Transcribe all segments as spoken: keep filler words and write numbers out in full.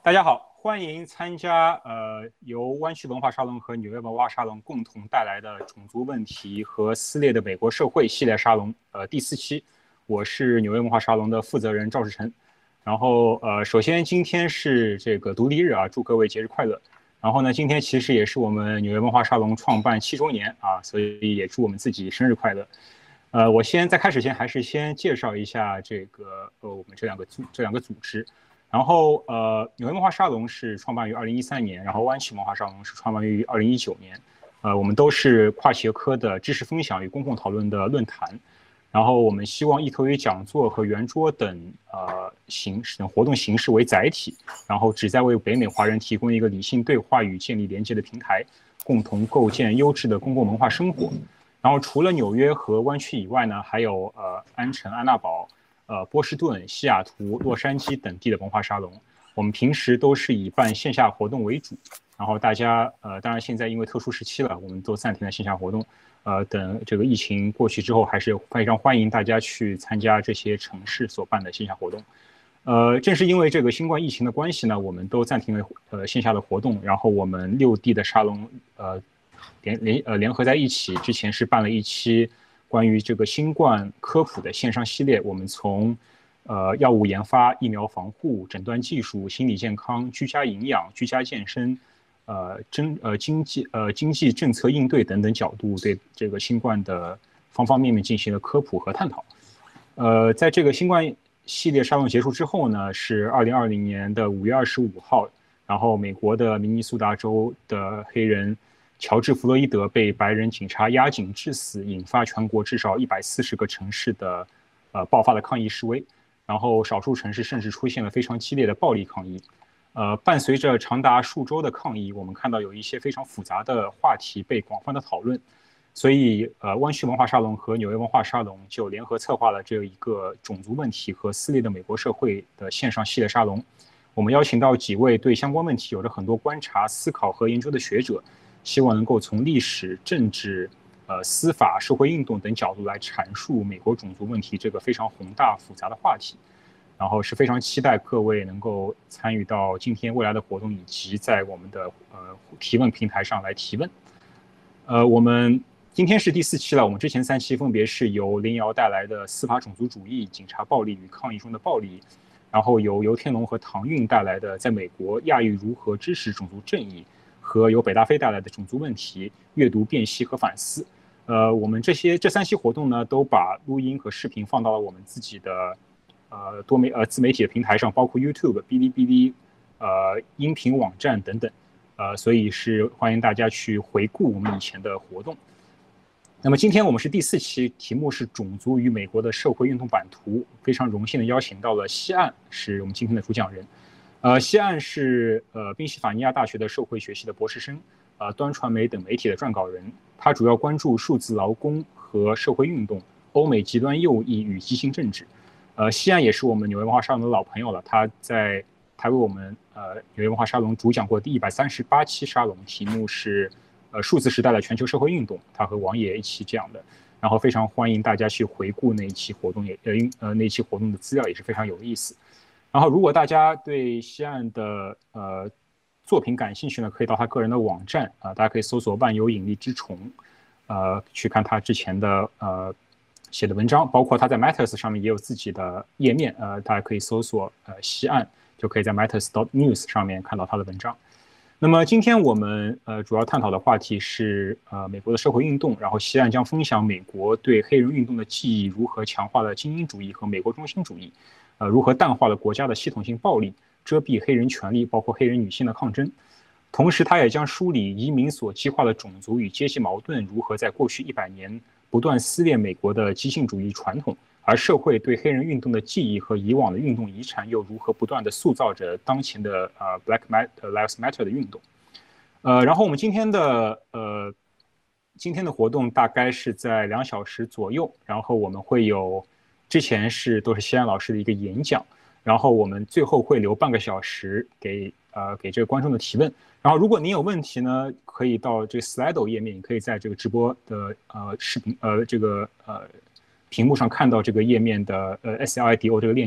大家好，欢迎参加呃由湾区文化沙龙和纽约文化沙龙共同带来的种族问题和撕裂的美国社会系列沙龙呃第四期。我是纽约文化沙龙的负责人赵志成。然后呃，首先今天是这个独立日啊，祝各位节日快乐。然后呢，今天其实也是我们纽约文化沙龙创办七周年啊，所以也祝我们自己生日快乐。呃，我先在开始前还是先介绍一下这个呃我们这两个组这两个组织。然后呃，纽约文化沙龙是创办于二零一三年，然后湾区文化沙龙是创办于二零一九年。呃，我们都是跨学科的知识分享与公共讨论的论坛。然后我们希望依托于讲座和圆桌等呃形式等活动形式为载体，然后旨在为北美华人提供一个理性对话与建立连接的平台，共同构建优质的公共文化生活。然后除了纽约和湾区以外呢，还有呃安城、安娜堡、呃波士顿、西雅图、洛杉矶等地的文化沙龙。我们平时都是以办线下活动为主，然后大家呃当然现在因为特殊时期了，我们都暂停了线下活动。呃，等这个疫情过去之后，还是非常欢迎大家去参加这些城市所办的线下活动。呃，正是因为这个新冠疫情的关系呢，我们都暂停了呃线下的活动，然后我们六地的沙龙呃联联呃联合在一起，之前是办了一期关于这个新冠科普的线上系列，我们从呃药物研发、疫苗防护、诊断技术、心理健康、居家营养、居家健身。呃，经呃经济呃经济政策应对等等角度，对这个新冠的方方面面进行了科普和探讨。呃，在这个新冠系列沙龙结束之后呢，是二零二零年的五月二十五号，然后美国的明尼苏达州的黑人乔治·弗洛伊德被白人警察压颈致死，引发全国至少一百四十个城市的呃爆发的抗议示威，然后少数城市甚至出现了非常激烈的暴力抗议。呃，伴随着长达数周的抗议，我们看到有一些非常复杂的话题被广泛的讨论，所以呃，湾区文化沙龙和纽约文化沙龙就联合策划了这一个种族问题和撕裂的美国社会的线上系列沙龙。我们邀请到几位对相关问题有着很多观察、思考和研究的学者，希望能够从历史、政治、呃司法、社会运动等角度来阐述美国种族问题这个非常宏大复杂的话题。然后是非常期待各位能够参与到今天未来的活动，以及在我们的呃提问平台上来提问。呃，我们今天是第四期了，我们之前三期分别是由林瑶带来的司法种族主义、警察暴力与抗议中的暴力，然后由游天龙和唐韵带来的在美国亚裔如何支持种族正义，和由北大飞带来的种族问题、阅读辨析和反思。呃，我们这些这三期活动呢，都把录音和视频放到了我们自己的。呃，多媒呃自媒体的平台上，包括 YouTube、哔哩哔哩、呃音频网站等等，呃，所以是欢迎大家去回顾我们以前的活动。那么今天我们是第四期，题目是种族与美国的社会运动版图。非常荣幸的邀请到了西岸，是我们今天的主讲人。呃，西岸是呃宾夕法尼亚大学的社会学系的博士生，呃端传媒等媒体的撰稿人。他主要关注数字劳工和社会运动、欧美极端右翼与激进政治。呃，西安也是我们纽约文化沙龙的老朋友了。他在他为我们呃纽约文化沙龙主讲过第一百三十八期沙龙，题目是呃数字时代的全球社会运动。他和王野一起讲的，然后非常欢迎大家去回顾那一期活动，也呃呃那一期活动的资料也是非常有意思。然后如果大家对西岸的呃作品感兴趣呢，可以到他个人的网站啊、呃，大家可以搜索万有引力之虫，呃，去看他之前的呃。写的文章，包括他在 Matters 上面也有自己的页面，呃，大家可以搜索呃西岸，就可以在 Matters dot news 上面看到他的文章。那么今天我们呃主要探讨的话题是呃美国的社会运动，然后西岸将分享美国对黑人运动的记忆如何强化了精英主义和美国中心主义，呃如何淡化了国家的系统性暴力，遮蔽黑人权利，包括黑人女性的抗争。同时，他也将梳理移民所激化的种族与阶级矛盾如何在过去一百年不断撕裂美国的激进主义传统，而社会对黑人运动的记忆和以往的运动遗产又如何不断地塑造着当前的呃 Black Lives Matter 的运动。呃，然后我们今天的呃今天的活动大概是在两小时左右，然后我们会有之前是都是西安老师的一个演讲，然后我们最后会留半个小时给呃给这个观众的提问。然后，如果您有问题呢，可以到这个 Slido 页面，你可以在这个直播的呃视频呃这个呃屏幕上看到这个页面的呃 S L I D O 这个链接，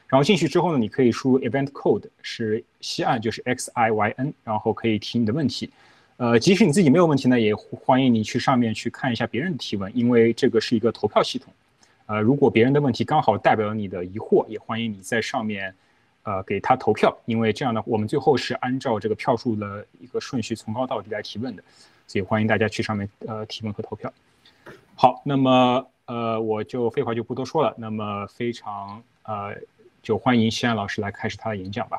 然后进去之后呢，你可以输入 event code 是西岸，就是 X I Y N， 然后可以提你的问题。呃，即使你自己没有问题呢，也欢迎你去上面去看一下别人的提问，因为这个是一个投票系统。呃，如果别人的问题刚好代表了你的疑惑，也欢迎你在上面呃给他投票，因为这样呢，我们最后是按照这个票数的一个顺序从高到低来提问的，所以欢迎大家去上面呃提问和投票。好，那么呃我就废话就不多说了，那么非常呃就欢迎西安老师来开始他的演讲吧。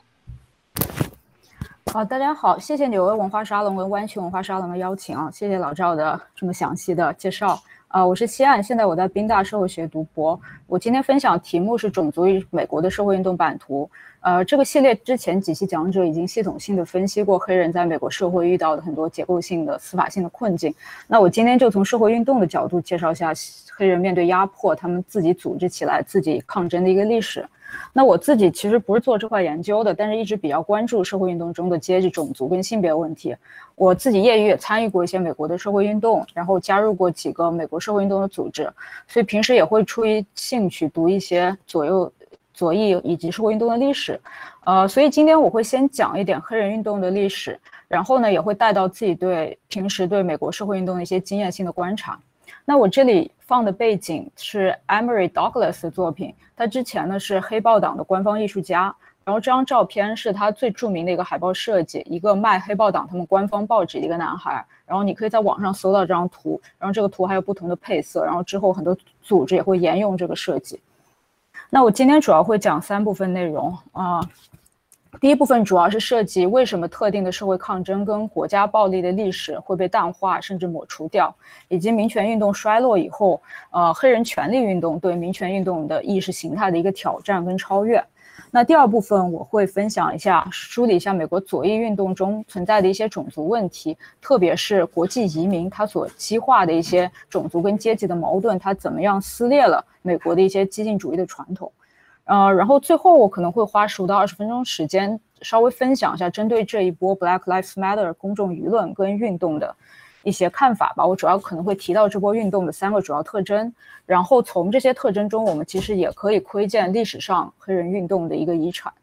好，大家好，谢谢纽约文化沙龙跟湾区文化沙龙的邀请啊，谢谢老赵的这么详细的介绍。呃，我是西岸，现在我在宾大社会学读博。我今天分享题目是种族与美国的社会运动版图。呃，这个系列之前几期讲者已经系统性的分析过黑人在美国社会遇到的很多结构性的司法性的困境。那我今天就从社会运动的角度介绍一下黑人面对压迫，他们自己组织起来自己抗争的一个历史。那我自己其实不是做这块研究的，但是一直比较关注社会运动中的阶级、种族跟性别问题。我自己业余也参与过一些美国的社会运动，然后加入过几个美国社会运动的组织，所以平时也会出于兴趣读一些左右左翼以及社会运动的历史。呃，所以今天我会先讲一点黑人运动的历史，然后呢也会带到自己对平时对美国社会运动的一些经验性的观察。那我这里放的背景是 Emory Douglas 的作品，他之前呢是黑豹党的官方艺术家，然后这张照片是他最著名的一个海报设计，一个卖黑豹党他们官方报纸的一个男孩，然后你可以在网上搜到这张图，然后这个图还有不同的配色，然后之后很多组织也会沿用这个设计。那我今天主要会讲三部分内容啊。呃第一部分主要是涉及为什么特定的社会抗争跟国家暴力的历史会被淡化甚至抹除掉，以及民权运动衰落以后，呃，黑人权利运动对民权运动的意识形态的一个挑战跟超越。那第二部分我会分享一下，梳理一下美国左翼运动中存在的一些种族问题，特别是国际移民它所激化的一些种族跟阶级的矛盾，它怎么样撕裂了美国的一些激进主义的传统。呃，然后最后我可能会花十五到二十分钟时间，稍微分享一下针对这一波 Black Lives Matter 公众舆论跟运动的一些看法吧。我主要可能会提到这波运动的三个主要特征，然后从这些特征中，我们其实也可以窥见历史上黑人运动的一个遗产。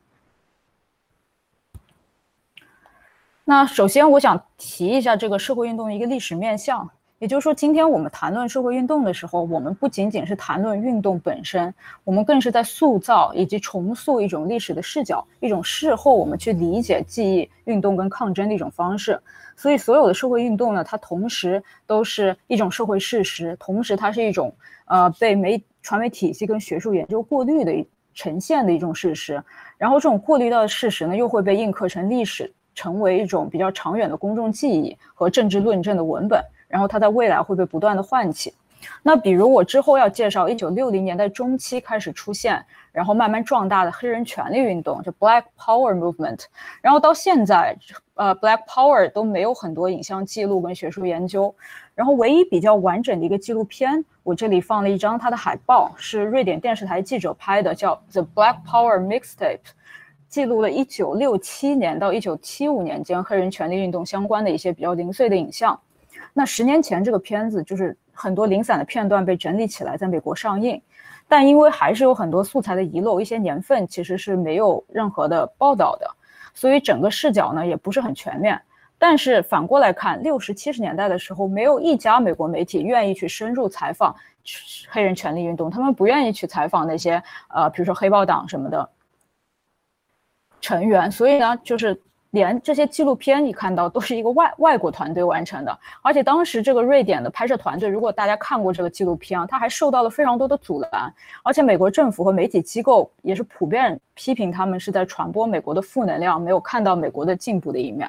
那首先我想提一下这个社会运动的一个历史面向。也就是说，今天我们谈论社会运动的时候，我们不仅仅是谈论运动本身，我们更是在塑造以及重塑一种历史的视角，一种事后我们去理解记忆、运动跟抗争的一种方式。所以，所有的社会运动呢，它同时都是一种社会事实，同时它是一种呃被媒传媒体系跟学术研究过滤的呈现的一种事实。然后，这种过滤到的事实呢，又会被印刻成历史，成为一种比较长远的公众记忆和政治论证的文本。然后它在未来会被不断的唤起。那比如我之后要介绍一九六零年代中期开始出现，然后慢慢壮大的黑人权利运动，就 Black Power Movement。然后到现在，呃 ，Black Power 都没有很多影像记录跟学术研究。然后唯一比较完整的一个纪录片，我这里放了一张它的海报，是瑞典电视台记者拍的，叫 The Black Power Mixtape。记录了一九六七年到一九七五年间黑人权利运动相关的一些比较零碎的影像。那十年前这个片子就是很多零散的片段被整理起来在美国上映，但因为还是有很多素材的遗漏，一些年份其实是没有任何的报道的，所以整个视角呢也不是很全面。但是反过来看，六十七十年代的时候，没有一家美国媒体愿意去深入采访黑人权利运动，他们不愿意去采访那些呃，比如说黑豹党什么的成员，所以呢就是连这些纪录片你看到都是一个外外国团队完成的，而且当时这个瑞典的拍摄团队，如果大家看过这个纪录片啊，它还受到了非常多的阻拦，而且美国政府和媒体机构也是普遍批评他们是在传播美国的负能量，没有看到美国的进步的一面。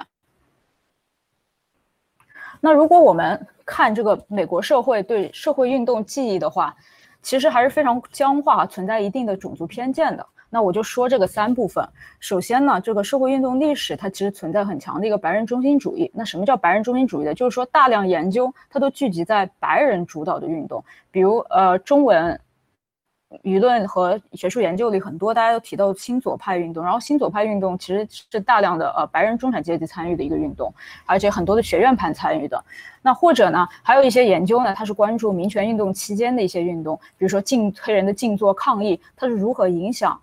那如果我们看这个美国社会对社会运动记忆的话，其实还是非常僵化，存在一定的种族偏见的。那我就说这个三部分。首先呢，这个社会运动历史它其实存在很强的一个白人中心主义。那什么叫白人中心主义的？就是说大量研究它都聚集在白人主导的运动，比如呃中文舆论和学术研究里很多大家都提到新左派运动，然后新左派运动其实是大量的呃白人中产阶级参与的一个运动，而且很多的学院派参与的。那或者呢，还有一些研究呢，它是关注民权运动期间的一些运动，比如说禁黑人的静坐抗议，它是如何影响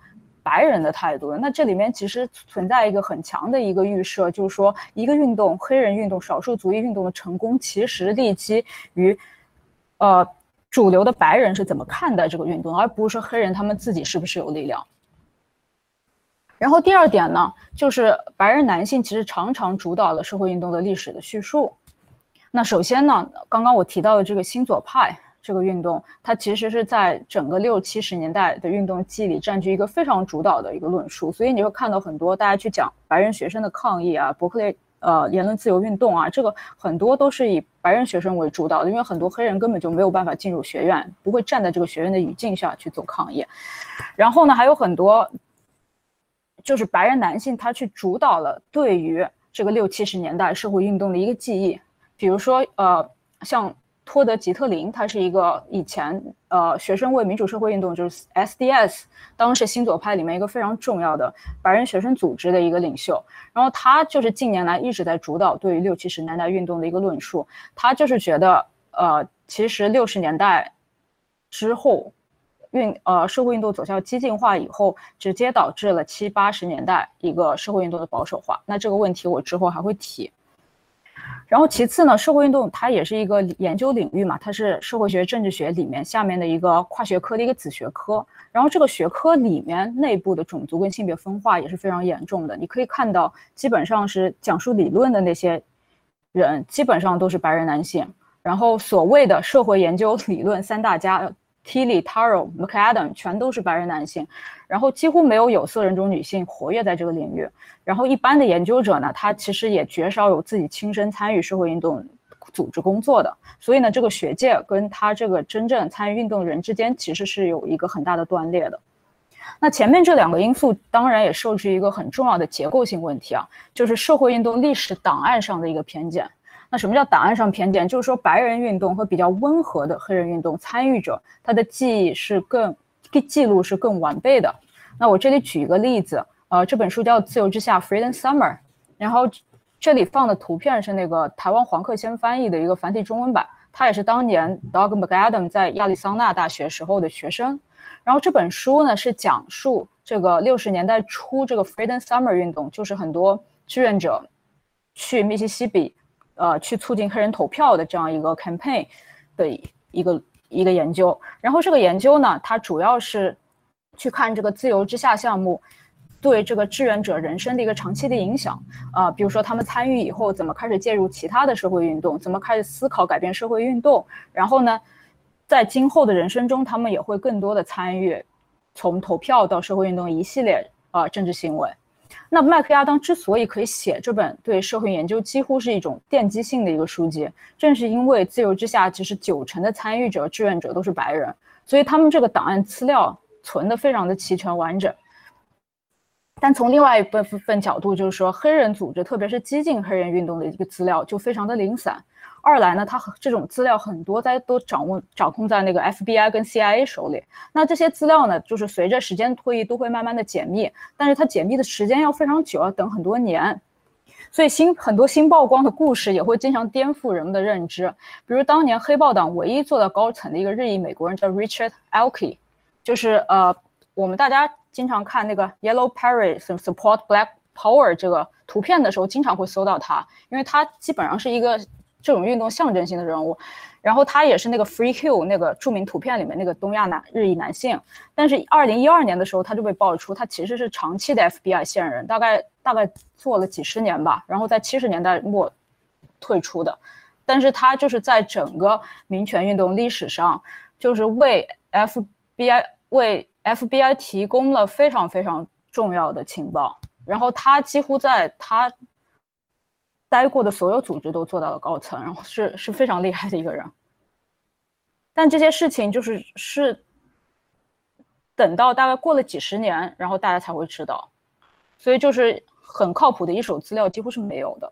白人的态度的。那这里面其实存在一个很强的一个预设，就是说一个运动，黑人运动、少数族裔运动的成功，其实立基于，呃，主流的白人是怎么看待这个运动，而不是说黑人他们自己是不是有力量。然后第二点呢，就是白人男性其实常常主导了社会运动的历史的叙述。那首先呢，刚刚我提到的这个新左派这个运动，它其实是在整个六七十年代的运动记忆里占据一个非常主导的一个论述，所以你会看到很多大家去讲白人学生的抗议啊，伯克利呃言论自由运动啊，这个很多都是以白人学生为主导的，因为很多黑人根本就没有办法进入学院，不会站在这个学院的语境下去做抗议。然后呢，还有很多就是白人男性他去主导了对于这个六七十年代社会运动的一个记忆。比如说，呃，像托德·吉特林，他是一个以前呃学生为民主社会运动，就是 S D S， 当时新左派里面一个非常重要的白人学生组织的一个领袖。然后他就是近年来一直在主导对于六七十年代运动的一个论述。他就是觉得，呃，其实六十年代之后，运呃社会运动走向激进化以后，直接导致了七八十年代一个社会运动的保守化。那这个问题我之后还会提。然后其次呢，社会运动它也是一个研究领域嘛，它是社会学、政治学里面下面的一个跨学科的一个子学科。然后这个学科里面内部的种族跟性别分化也是非常严重的。你可以看到，基本上是讲述理论的那些人，基本上都是白人男性。然后所谓的社会研究理论三大家 Tilly、Taro、McAdam 全都是白人男性。然后几乎没有有色人种女性活跃在这个领域。然后一般的研究者呢，他其实也绝少有自己亲身参与社会运动组织工作的，所以呢，这个学界跟他这个真正参与运动人之间其实是有一个很大的断裂的。那前面这两个因素当然也受制于一个很重要的结构性问题啊，就是社会运动历史档案上的一个偏见。那什么叫档案上偏见？就是说白人运动和比较温和的黑人运动参与者，他的记忆是更记录是更完备的。那我这里举一个例子，呃，这本书叫《自由之下 Freedom Summer》，然后这里放的图片是那个台湾黄克先翻译的一个繁体中文版，他也是当年 Doug McAdam 在亚利桑那大学时候的学生。然后这本书呢是讲述这个六十年代初这个 Freedom Summer 运动，就是很多志愿者去密西西比，呃，去促进黑人投票的这样一个 campaign 的一个一个研究。然后这个研究呢，它主要是去看这个自由之下项目对这个志愿者人生的一个长期的影响啊、呃，比如说他们参与以后怎么开始介入其他的社会运动，怎么开始思考改变社会运动，然后呢，在今后的人生中，他们也会更多的参与从投票到社会运动一系列啊、呃、政治行为。那麦克亚当之所以可以写这本对社会研究几乎是一种奠基性的一个书籍，正是因为自由之下其实九成的参与者志愿者都是白人，所以他们这个档案资料存得非常的齐全完整。但从另外一部分角度，就是说黑人组织，特别是激进黑人运动的一个资料就非常的零散。二来呢，它这种资料很多在都掌握掌控在那个 F B I 跟 C I A 手里。那这些资料呢，就是随着时间推移都会慢慢的解密，但是它解密的时间要非常久，要等很多年。所以新很多新曝光的故事也会经常颠覆人们的认知。比如当年黑豹党唯一做到高层的一个日裔美国人叫 Richard Elkey， 就是呃我们大家经常看那个 Yellow Perry Support Black Power 这个图片的时候，经常会搜到他，因为他基本上是一个这种运动象征性的人物。然后他也是那个 Free Q 那个著名图片里面那个东亚男日裔男性。但是二零一二年的时候，他就被爆出他其实是长期的 F B I 线人，大概大概做了几十年吧，然后在七十年代末退出的。但是他就是在整个民权运动历史上，就是为 F B I 为 F B I 提供了非常非常重要的情报，然后他几乎在他待过的所有组织都做到了高层，然后是是非常厉害的一个人。但这些事情就是是等到大概过了几十年，然后大家才会知道，所以就是很靠谱的一手资料几乎是没有的。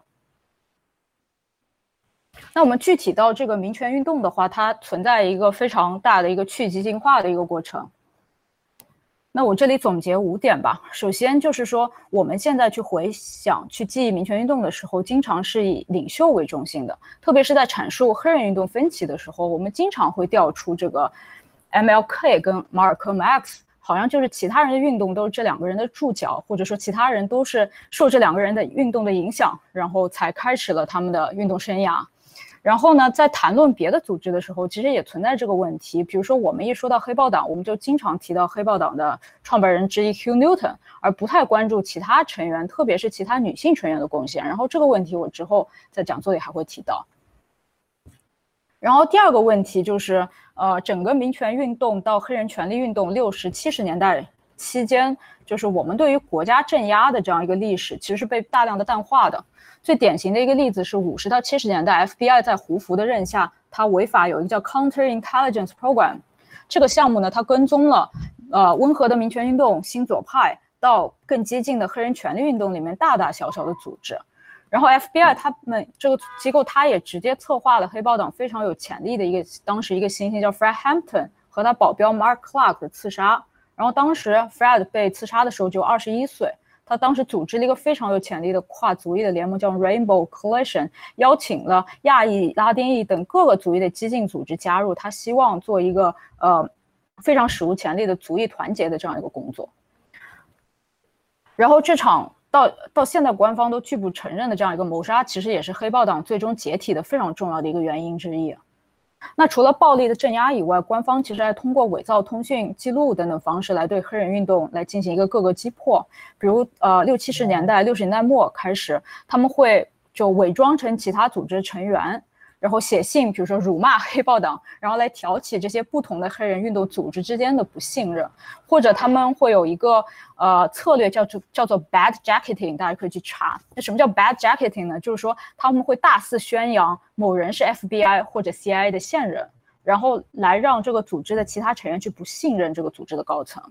那我们具体到这个民权运动的话，它存在一个非常大的一个去激进化的一个过程。那我这里总结五点吧。首先就是说，我们现在去回想、去记忆民权运动的时候，经常是以领袖为中心的，特别是在阐述黑人运动分歧的时候，我们经常会调出这个 M L K 跟马尔科姆 X， 好像就是其他人的运动都是这两个人的注脚，或者说其他人都是受这两个人的运动的影响，然后才开始了他们的运动生涯。然后呢，在谈论别的组织的时候，其实也存在这个问题。比如说，我们一说到黑豹党，我们就经常提到黑豹党的创办人之一 Hugh Newton， 而不太关注其他成员，特别是其他女性成员的贡献。然后这个问题我之后在讲座里还会提到。然后第二个问题就是，呃，整个民权运动到黑人权利运动六十七十年代期间，就是我们对于国家镇压的这样一个历史，其实是被大量的淡化的。最典型的一个例子是五十到七十年代 F B I 在胡佛的任下，它违法有一个叫 Counterintelligence Program， 这个项目呢，它跟踪了呃温和的民权运动、新左派到更激进的黑人权利运动里面大大小小的组织。然后 F B I 他们这个机构，它也直接策划了黑豹党非常有潜力的一个当时一个新星叫 Fred Hampton 和他保镖 Mark Clark 的刺杀。然后当时 Fred 被刺杀的时候就二十一岁。他当时组织了一个非常有潜力的跨族裔的联盟，叫 Rainbow Coalition， 邀请了亚裔、拉丁裔等各个族裔的激进组织加入，他希望做一个呃非常史无前例的族裔团结的这样一个工作。然后这场到到现在官方都拒不承认的这样一个谋杀，其实也是黑豹党最终解体的非常重要的一个原因之一。那除了暴力的镇压以外，官方其实还通过伪造通讯记录等等方式来对黑人运动来进行一个各个击破。比如呃六七十年代六十年代末开始，他们会就伪装成其他组织成员，然后写信比如说辱骂黑豹党，然后来挑起这些不同的黑人运动组织之间的不信任。或者他们会有一个呃策略叫做叫做 bad jacketing， 大家可以去查。那什么叫 bad jacketing 呢？就是说他们会大肆宣扬某人是 F B I 或者 C I A 的线人，然后来让这个组织的其他成员去不信任这个组织的高层。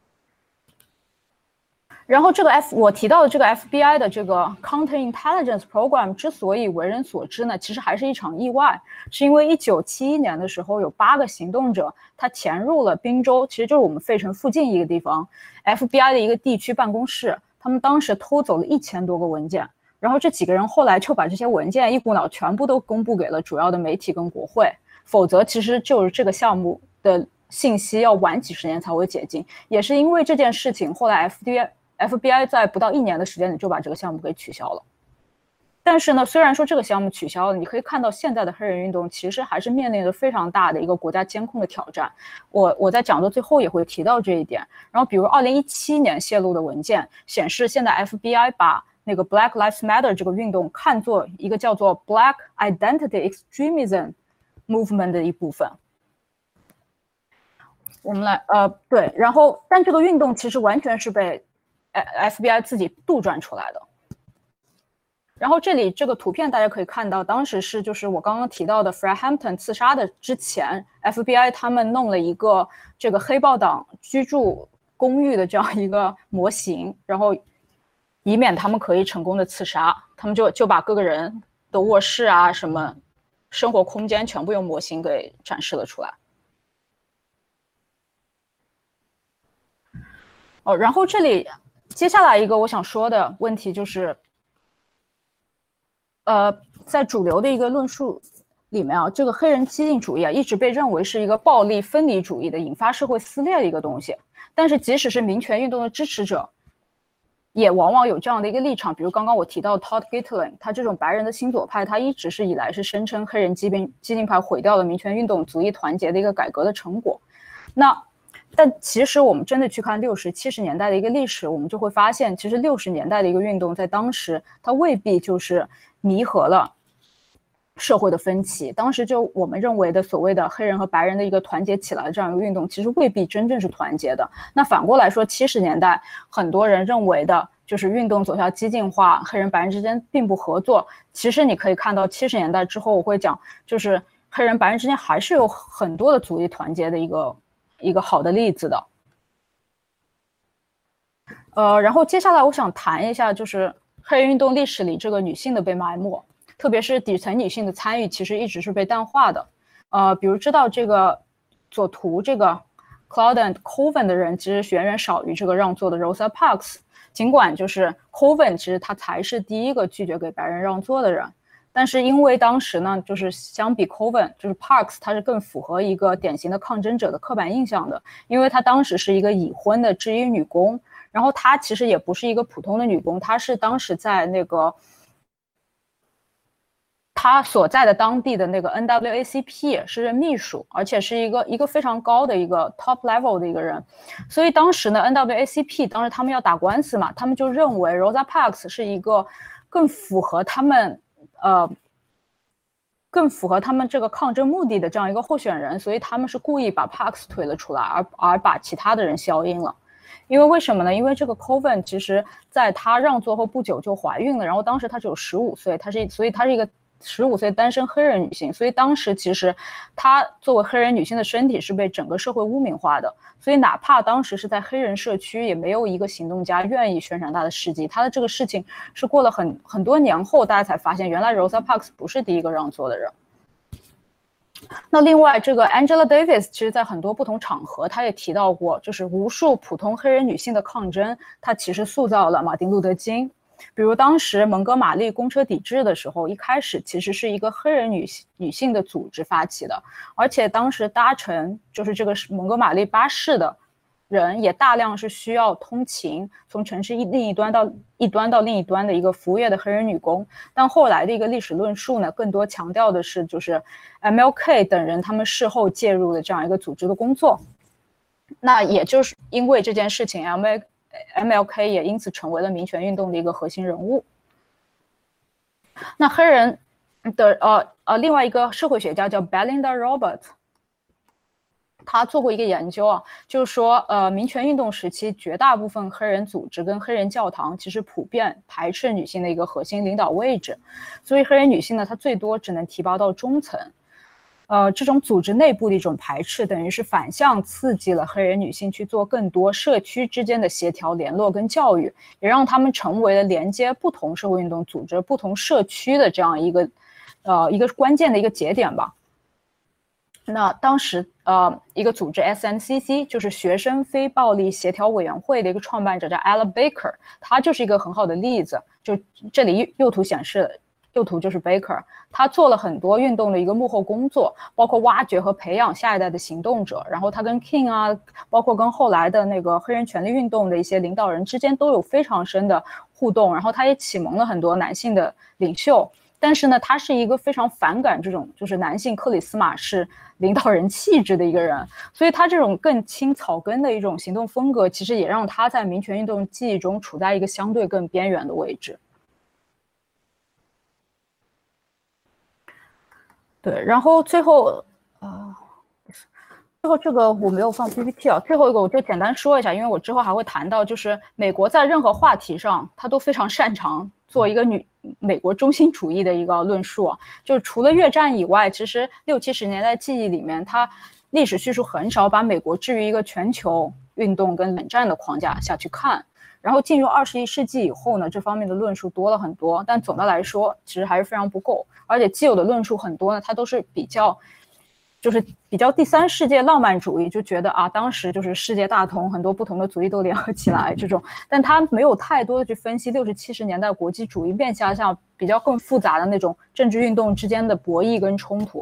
然后这个 F 我提到的这个 F B I 的这个 Counterintelligence Program 之所以为人所知呢，其实还是一场意外，是因为一九七一年的时候有八个行动者他潜入了宾州，其实就是我们费城附近一个地方 F B I 的一个地区办公室，他们当时偷走了一千多个文件，然后这几个人后来就把这些文件一股脑全部都公布给了主要的媒体跟国会，否则其实就是这个项目的信息要晚几十年才会解禁。也是因为这件事情，后来 F B I F B I 在不到一年的时间里就把这个项目给取消了。但是呢，虽然说这个项目取消了，你可以看到现在的黑人运动其实还是面临着非常大的一个国家监控的挑战。我我在讲座最后也会提到这一点。然后比如二零一七年泄露的文件显示，现在 F B I 把那个 Black Lives Matter 这个运动看作一个叫做 Black Identity Extremism Movement 的一部分。我们来呃对，然后但这个运动其实完全是被F B I 自己杜撰出来的。然后这里这个图片大家可以看到，当时是就是我刚刚提到的 Fred Hampton 刺杀的之前 F B I 他们弄了一个这个黑豹党居住公寓的这样一个模型，然后以免他们可以成功的刺杀，他们就就把各个人的卧室啊什么生活空间全部用模型给展示了出来。哦，然后这里接下来一个我想说的问题就是，呃，在主流的一个论述里面啊，这个黑人激进主义啊，一直被认为是一个暴力分离主义的、引发社会撕裂的一个东西。但是，即使是民权运动的支持者，也往往有这样的一个立场。比如刚刚我提到 Todd Gitlin， 他这种白人的新左派，他一直是以来是声称黑人激进激进派毁掉了民权运动、族裔团结的一个改革的成果。那但其实我们真的去看六十、七十年代的一个历史，我们就会发现，其实六十年代的一个运动，在当时它未必就是弥合了社会的分歧。当时就我们认为的所谓的黑人和白人的一个团结起来的这样一个运动，其实未必真正是团结的。那反过来说，七十年代很多人认为的就是运动走向激进化，黑人白人之间并不合作。其实你可以看到，七十年代之后，我会讲，就是黑人白人之间还是有很多的族裔团结的一个。一个好的例子的。呃，然后接下来我想谈一下，就是黑人运动历史里这个女性的被埋没，特别是底层女性的参与，其实一直是被淡化的。呃，比如知道这个左图这个 Claudette Colvin 的人，其实远远少于这个让座的 Rosa Parks。尽管就是 Colvin 其实她才是第一个拒绝给白人让座的人， 但是因为当时呢，就是相比 Coven， 就是 Parks， 他是更符合一个典型的抗争者的刻板印象的，因为他当时是一个已婚的制衣女工，然后她其实也不是一个普通的女工，她是当时在那个她所在的当地的那个 N W A C P 是任秘书，而且是一个一个非常高的一个 top level 的一个人，所以当时呢 N W A C P 当时他们要打官司嘛，他们就认为 Rosa Parks 是一个更符合他们呃，更符合他们这个抗争目的的这样一个候选人，所以他们是故意把 Parks 推了出来，而而把其他的人消音了。因为为什么呢？因为这个 Coven 其实在他让座后不久就怀孕了，然后当时他只有十五岁，他是所以他是一个十五岁单身黑人女性，所以当时其实她作为黑人女性的身体是被整个社会污名化的，所以哪怕当时是在黑人社区，也没有一个行动家愿意宣传她的事迹。她的这个事情是过了很很多年后，大家才发现原来 Rosa Parks 不是第一个让座的人。那另外这个 Angela Davis 其实在很多不同场合她也提到过，就是无数普通黑人女性的抗争，她其实塑造了马丁路德金。比如当时蒙哥马利公车抵制的时候，一开始其实是一个黑人女女性的组织发起的，而且当时搭乘就是这个蒙哥马利巴士的人也大量是需要通勤，从城市另一端到一端到另一端的一个服务业的黑人女工。但后来的一个历史论述呢，更多强调的是就是 M L K 等人他们事后介入的这样一个组织的工作。那也就是因为这件事情 M L K M L K 也因此成为了民权运动的一个核心人物。那黑人的呃呃另外一个社会学家叫 Belinda Roberts， 他做过一个研究啊，就是说呃民权运动时期绝大部分黑人组织跟黑人教堂其实普遍排斥女性的一个核心领导位置，所以黑人女性呢，她最多只能提拔到中层。呃，这种组织内部的一种排斥，等于是反向刺激了黑人女性去做更多社区之间的协调、联络跟教育，也让他们成为了连接不同社会运动组织、不同社区的这样一个，呃，一个关键的一个节点吧。那当时，呃，一个组织 S N C C 就是学生非暴力协调委员会的一个创办者叫 Ella Baker， 他就是一个很好的例子。就这里右图显示。右图就是 Baker， 他做了很多运动的一个幕后工作，包括挖掘和培养下一代的行动者，然后他跟 King 啊，包括跟后来的那个黑人权利运动的一些领导人之间都有非常深的互动，然后他也启蒙了很多男性的领袖。但是呢，他是一个非常反感这种就是男性克里斯玛式领导人气质的一个人，所以他这种更亲草根的一种行动风格，其实也让他在民权运动记忆中处在一个相对更边缘的位置。对，然后最后，呃，最后这个我没有放 P P T 啊，最后一个我就简单说一下，因为我之后还会谈到，就是美国在任何话题上，他都非常擅长做一个女美国中心主义的一个论述啊，就是除了越战以外，其实六七十年代记忆里面，它历史叙述很少把美国置于一个全球运动跟冷战的框架下去看。然后进入二十一世纪以后呢，这方面的论述多了很多，但总的来说其实还是非常不够，而且既有的论述很多呢，它都是比较就是比较第三世界浪漫主义，就觉得啊当时就是世界大同，很多不同的族裔都联合起来这种，但它没有太多的去分析六十七十年代国际主义面向下比较更复杂的那种政治运动之间的博弈跟冲突。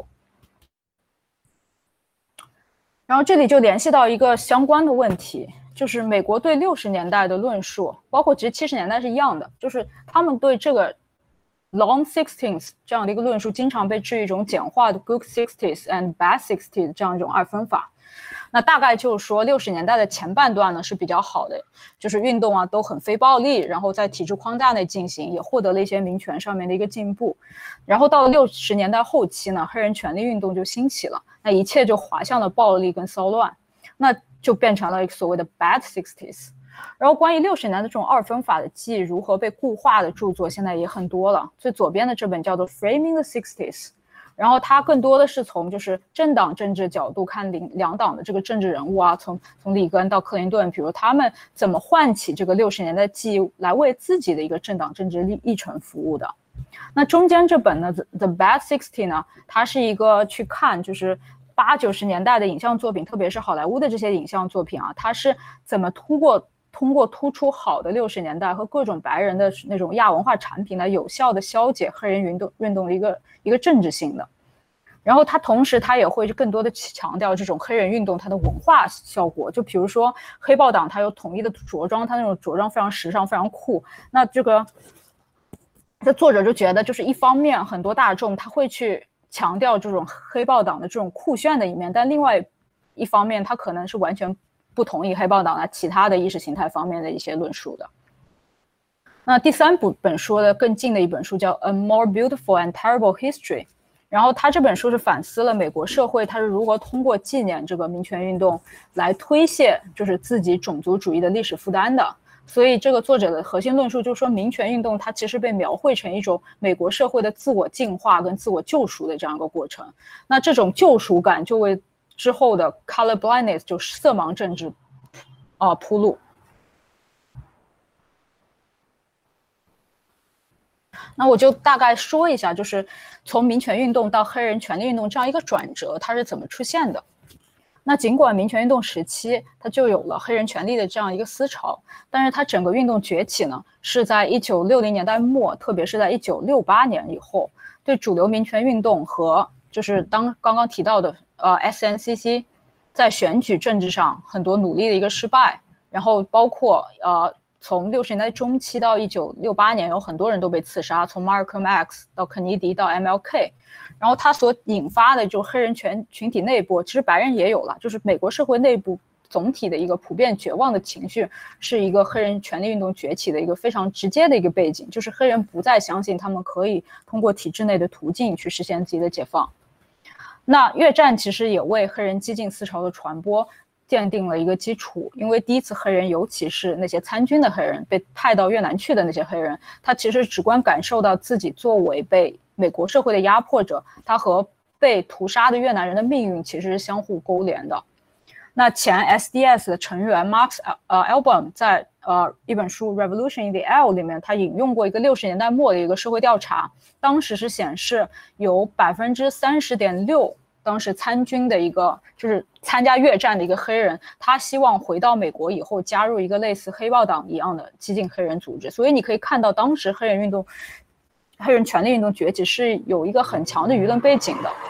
然后这里就联系到一个相关的问题，就是美国对六十年代的论述，包括其实七十年代是一样的，就是他们对这个 long sixteens 这样的一个论述经常被置于一种简化的 good sixties and bad sixties 这样一种二分法。那大概就是说六十年代的前半段呢是比较好的，就是运动啊都很非暴力，然后在体制框架内进行，也获得了一些民权上面的一个进步。然后到了六十年代后期呢，黑人权利运动就兴起了，那一切就滑向了暴力跟骚乱，那就变成了所谓的 bad sixties。然后关于六十年代这种二分法的记忆如何被固化的著作现在也很多了，最左边的这本叫做 Framing the sixties，然后它更多的是从就是政党政治角度看两党的这个政治人物啊，从从里根到克林顿，比如他们怎么唤起这个六十年代记忆来为自己的一个政党政治历历程服务的。那中间这本呢 The, The Bad Sixty 呢，它是一个去看就是八九十年代的影像作品，特别是好莱坞的这些影像作品啊，它是怎么通过通过突出好的六十年代和各种白人的那种亚文化产品来有效的消解黑人运动运动的一个一个政治性的。然后他同时他也会更多的强调这种黑人运动它的文化效果，就比如说黑豹党它有统一的着装，它那种着装非常时尚非常酷，那这个这作者就觉得就是一方面很多大众他会去强调这种黑豹党的这种酷炫的一面，但另外一方面他可能是完全不同意黑豹党啊其他的意识形态方面的一些论述的。那第三部本书的更近的一本书叫 A More Beautiful and Terrible History，然后他这本书是反思了美国社会它是如何通过纪念这个民权运动来推卸就是自己种族主义的历史负担的。所以这个作者的核心论述就是说，民权运动它其实被描绘成一种美国社会的自我净化跟自我救赎的这样一个过程。那这种救赎感就为之后的 color blindness 就色盲政治呃铺路。那我就大概说一下，就是从民权运动到黑人权利运动这样一个转折，它是怎么出现的。那尽管民权运动时期它就有了黑人权利的这样一个思潮，但是它整个运动崛起呢，是在一九六零年代末，特别是在一九六八年以后，对主流民权运动和就是当刚刚提到的呃 S N C C 在选举政治上很多努力的一个失败，然后包括呃从六十年代中期到一九六八年，有很多人都被刺杀，从 Malcolm X 到肯尼迪到 M L K， 然后它所引发的就黑人群群体内部，其实白人也有了，就是美国社会内部总体的一个普遍绝望的情绪，是一个黑人权利运动崛起的一个非常直接的一个背景，就是黑人不再相信他们可以通过体制内的途径去实现自己的解放。那越战其实也为黑人激进思潮的传播奠定了一个基础，因为第一次黑人，尤其是那些参军的黑人，被派到越南去的那些黑人，他其实直观感受到自己作为被美国社会的压迫者，他和被屠杀的越南人的命运其实是相互勾连的。那前 S D S 的成员 Marx 呃 Album 在呃一本书 Revolution in the L 里面，他引用过一个六十年代末的一个社会调查，当时是显示有百分之三十点六。当时参军的一个就是参加越战的一个黑人，他希望回到美国以后加入一个类似黑豹党一样的激进黑人组织。所以你可以看到当时黑人运动黑人权利运动崛起是有一个很强的舆论背景的。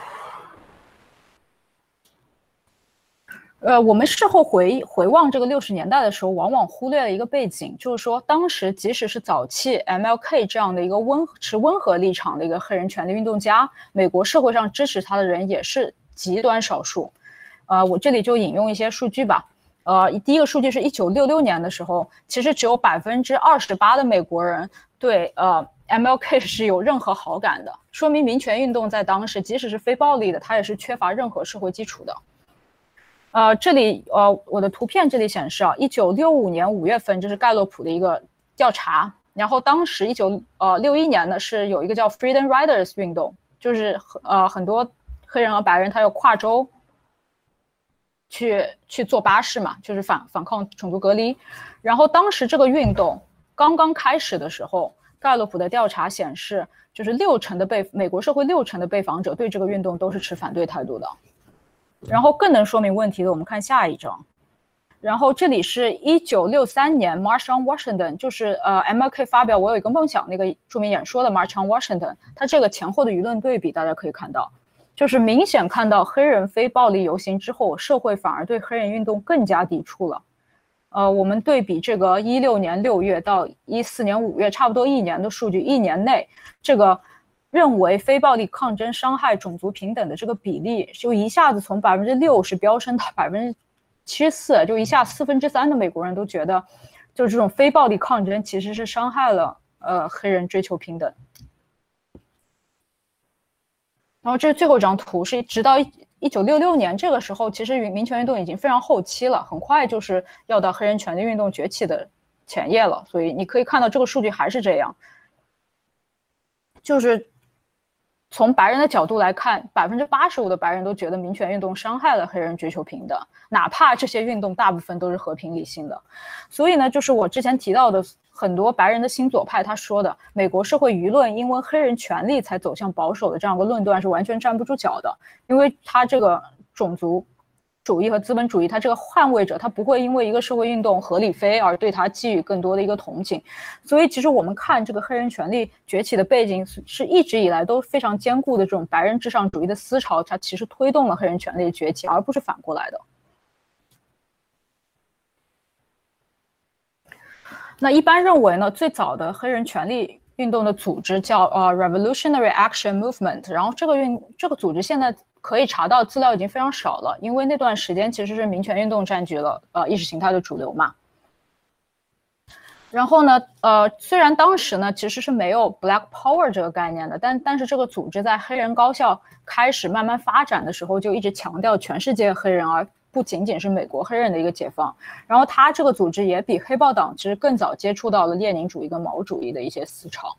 呃，我们事后回回望这个六十年代的时候，往往忽略了一个背景，就是说当时即使是早期 M L K 这样的一个温持温和立场的一个黑人权利运动家，美国社会上支持他的人也是极端少数。呃，我这里就引用一些数据吧。呃，第一个数据是一九六六年的时候，其实只有百分之二十八的美国人对呃 M L K 是有任何好感的，说明民权运动在当时即使是非暴力的，它也是缺乏任何社会基础的。呃，这里呃，我的图片这里显示啊，一九六五年五月份，这是盖洛普的一个调查。然后当时一九呃六一年呢，是有一个叫 Freedom Riders 运动，就是呃很多黑人和白人他要跨州去去坐巴士嘛，就是反反抗种族隔离。然后当时这个运动刚刚开始的时候，盖洛普的调查显示，就是六成的被美国社会六成的被访者对这个运动都是持反对态度的。然后更能说明问题的，我们看下一章。然后这里是一九六三年 March on Washington， 就是呃 M L K 发表我有一个梦想那个著名演说的 March on Washington， 它这个前后的舆论对比大家可以看到，就是明显看到黑人非暴力游行之后，社会反而对黑人运动更加抵触了。呃，我们对比这个一六年六月到一四年五月，差不多一年的数据，一年内这个认为非暴力抗争伤害种族平等的这个比例，就一下子从百分之六十飙升到百分之七十四，就一下四分之三的美国人都觉得，就是这种非暴力抗争其实是伤害了呃黑人追求平等。然后这最后一张图是直到一九六六年这个时候，其实民权运动已经非常后期了，很快就是要到黑人权利运动崛起的前夜了，所以你可以看到这个数据还是这样，就是从白人的角度来看，百分之八十五的白人都觉得民权运动伤害了黑人追求平等，哪怕这些运动大部分都是和平理性的。所以呢，就是我之前提到的很多白人的新左派他说的，美国社会舆论因为黑人权利才走向保守的这样一个论断是完全站不住脚的，因为他这个种族主义和资本主义，它这个捍卫者，它不会因为一个社会运动合理非而对它寄予更多的一个同情。所以其实我们看这个黑人权利崛起的背景，是一直以来都非常坚固的这种白人至上主义的思潮，它其实推动了黑人权利的崛起，而不是反过来的。那一般认为呢，最早的黑人权利运动的组织叫呃 Revolutionary Action Movement， 然后这个运这个组织现在可以查到资料已经非常少了，因为那段时间其实是民权运动占据了呃意识形态的主流嘛。然后呢，呃，虽然当时呢其实是没有 Black Power 这个概念的，但但是这个组织在黑人高校开始慢慢发展的时候，就一直强调全世界黑人，而不仅仅是美国黑人的一个解放。然后他这个组织也比黑豹党其实更早接触到了列宁主义跟毛主义的一些思潮。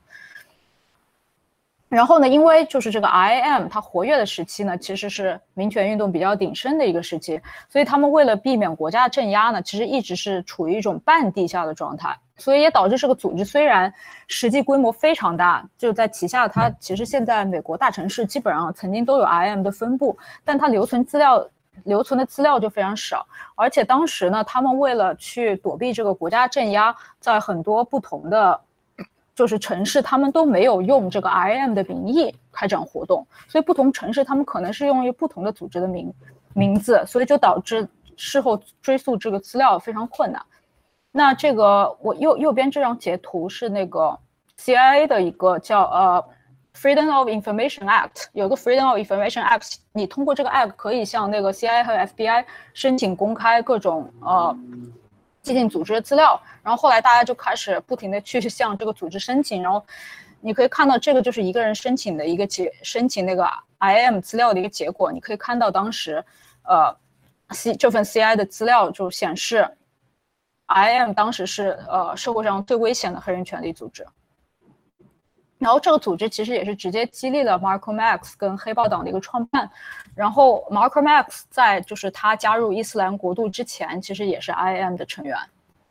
然后呢，因为就是这个 I M 它活跃的时期呢，其实是民权运动比较鼎盛的一个时期，所以他们为了避免国家镇压呢，其实一直是处于一种半地下的状态，所以也导致这个组织虽然实际规模非常大，就在旗下，它其实现在美国大城市基本上曾经都有 I M 的分布，但它留存资料留存的资料就非常少，而且当时呢，他们为了去躲避这个国家镇压，在很多不同的就是城市，他们都没有用这个 I M 的名义开展活动，所以不同城市他们可能是用一不同的组织的名名字，所以就导致事后追溯这个资料非常困难。那这个我右右边这张截图是那个 C I A 的一个叫呃 Freedom of Information Act， 有个 Freedom of Information Act， 你通过这个 Act 可以向那个 C I A 和 F B I 申请公开各种呃激进组织的资料，然后后来大家就开始不停的去向这个组织申请，然后你可以看到这个就是一个人申请的一个结申请那个 I M 资料的一个结果，你可以看到当时呃 C 这份 C I A 的资料就显示 I M 当时是呃社会上最危险的黑人权利组织。然后这个组织其实也是直接激励了 Malcolm X 跟黑豹党的一个创办。然后 Malcolm X 在就是他加入伊斯兰国度之前，其实也是 I M 的成员。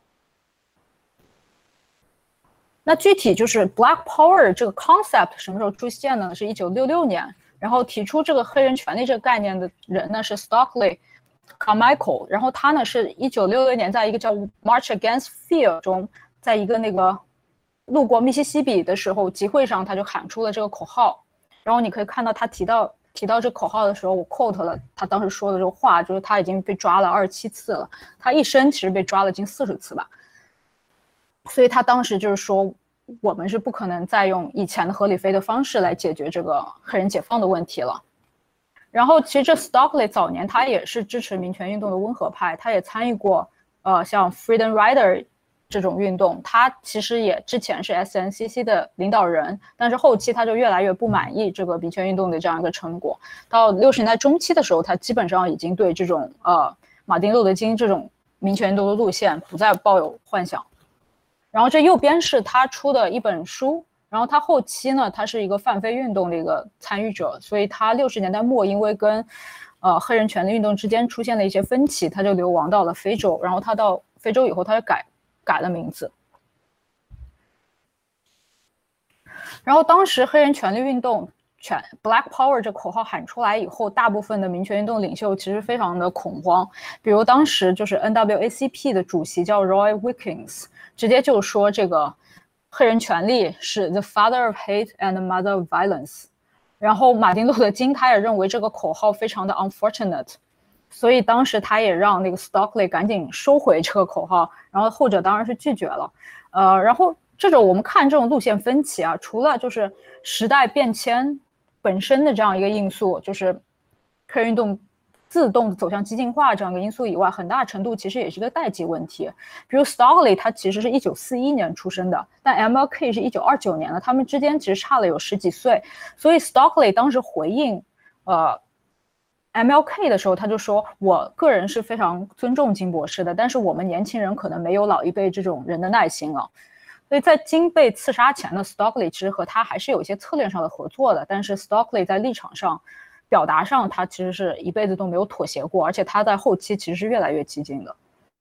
那具体就是 Black Power 这个 concept 什么时候出现呢？是一九六六年，然后提出这个黑人权利这个概念的人呢是 Stokely Carmichael， 然后他呢是一九六六年在一个叫 March Against Fear 中，在一个那个路过密西西比的时候集会上，他就喊出了这个口号。然后你可以看到他提到提到这口号的时候，我 quote 了他当时说的这个话，就是他已经被抓了二十七次了，他一生其实被抓了近四十次吧。所以他当时就是说，我们是不可能再用以前的合理非的方式来解决这个黑人解放的问题了。然后其实这 Stokely 早年他也是支持民权运动的温和派，他也参与过呃像 Freedom Rider 这种运动，他其实也之前是 S N C C 的领导人，但是后期他就越来越不满意这个民权运动的这样一个成果。到六十年代中期的时候，他基本上已经对这种呃马丁路德金这种民权运动的路线不再抱有幻想。然后这右边是他出的一本书，然后他后期呢，他是一个泛非运动的一个参与者，所以他六十年代末因为跟呃黑人权利运动之间出现了一些分歧，他就流亡到了非洲，然后他到非洲以后，他就改改了名字。然后当时黑人权利运动全 Black Power 这口号喊出来以后，大部分的民权运动领袖其实非常的恐慌，比如当时就是 N W A C P 的主席叫 Roy Wilkins， 直接就说这个黑人权利是 the father of hate and the mother of violence。然后马丁路德金他也认为这个口号非常的 unfortunate， 所以当时他也让那个 Stokely 赶紧收回这个口号，然后后者当然是拒绝了。呃，然后这种我们看这种路线分歧啊，除了就是时代变迁本身的这样一个因素，就是黑人运动自动走向激进化这样一个因素以外，很大程度其实也是一个代际问题。比如 Stokely 他其实是一九四一年出生的，但 M L K 是一九二九年的，他们之间其实差了有十几岁，所以 Stokely 当时回应呃 M L K 的时候，他就说我个人是非常尊重金博士的，但是我们年轻人可能没有老一辈这种人的耐心了。所以在金被刺杀前的 Stokely 其实和他还是有一些策略上的合作的，但是 Stokely 在立场上表达上他其实是一辈子都没有妥协过，而且他在后期其实是越来越激进的。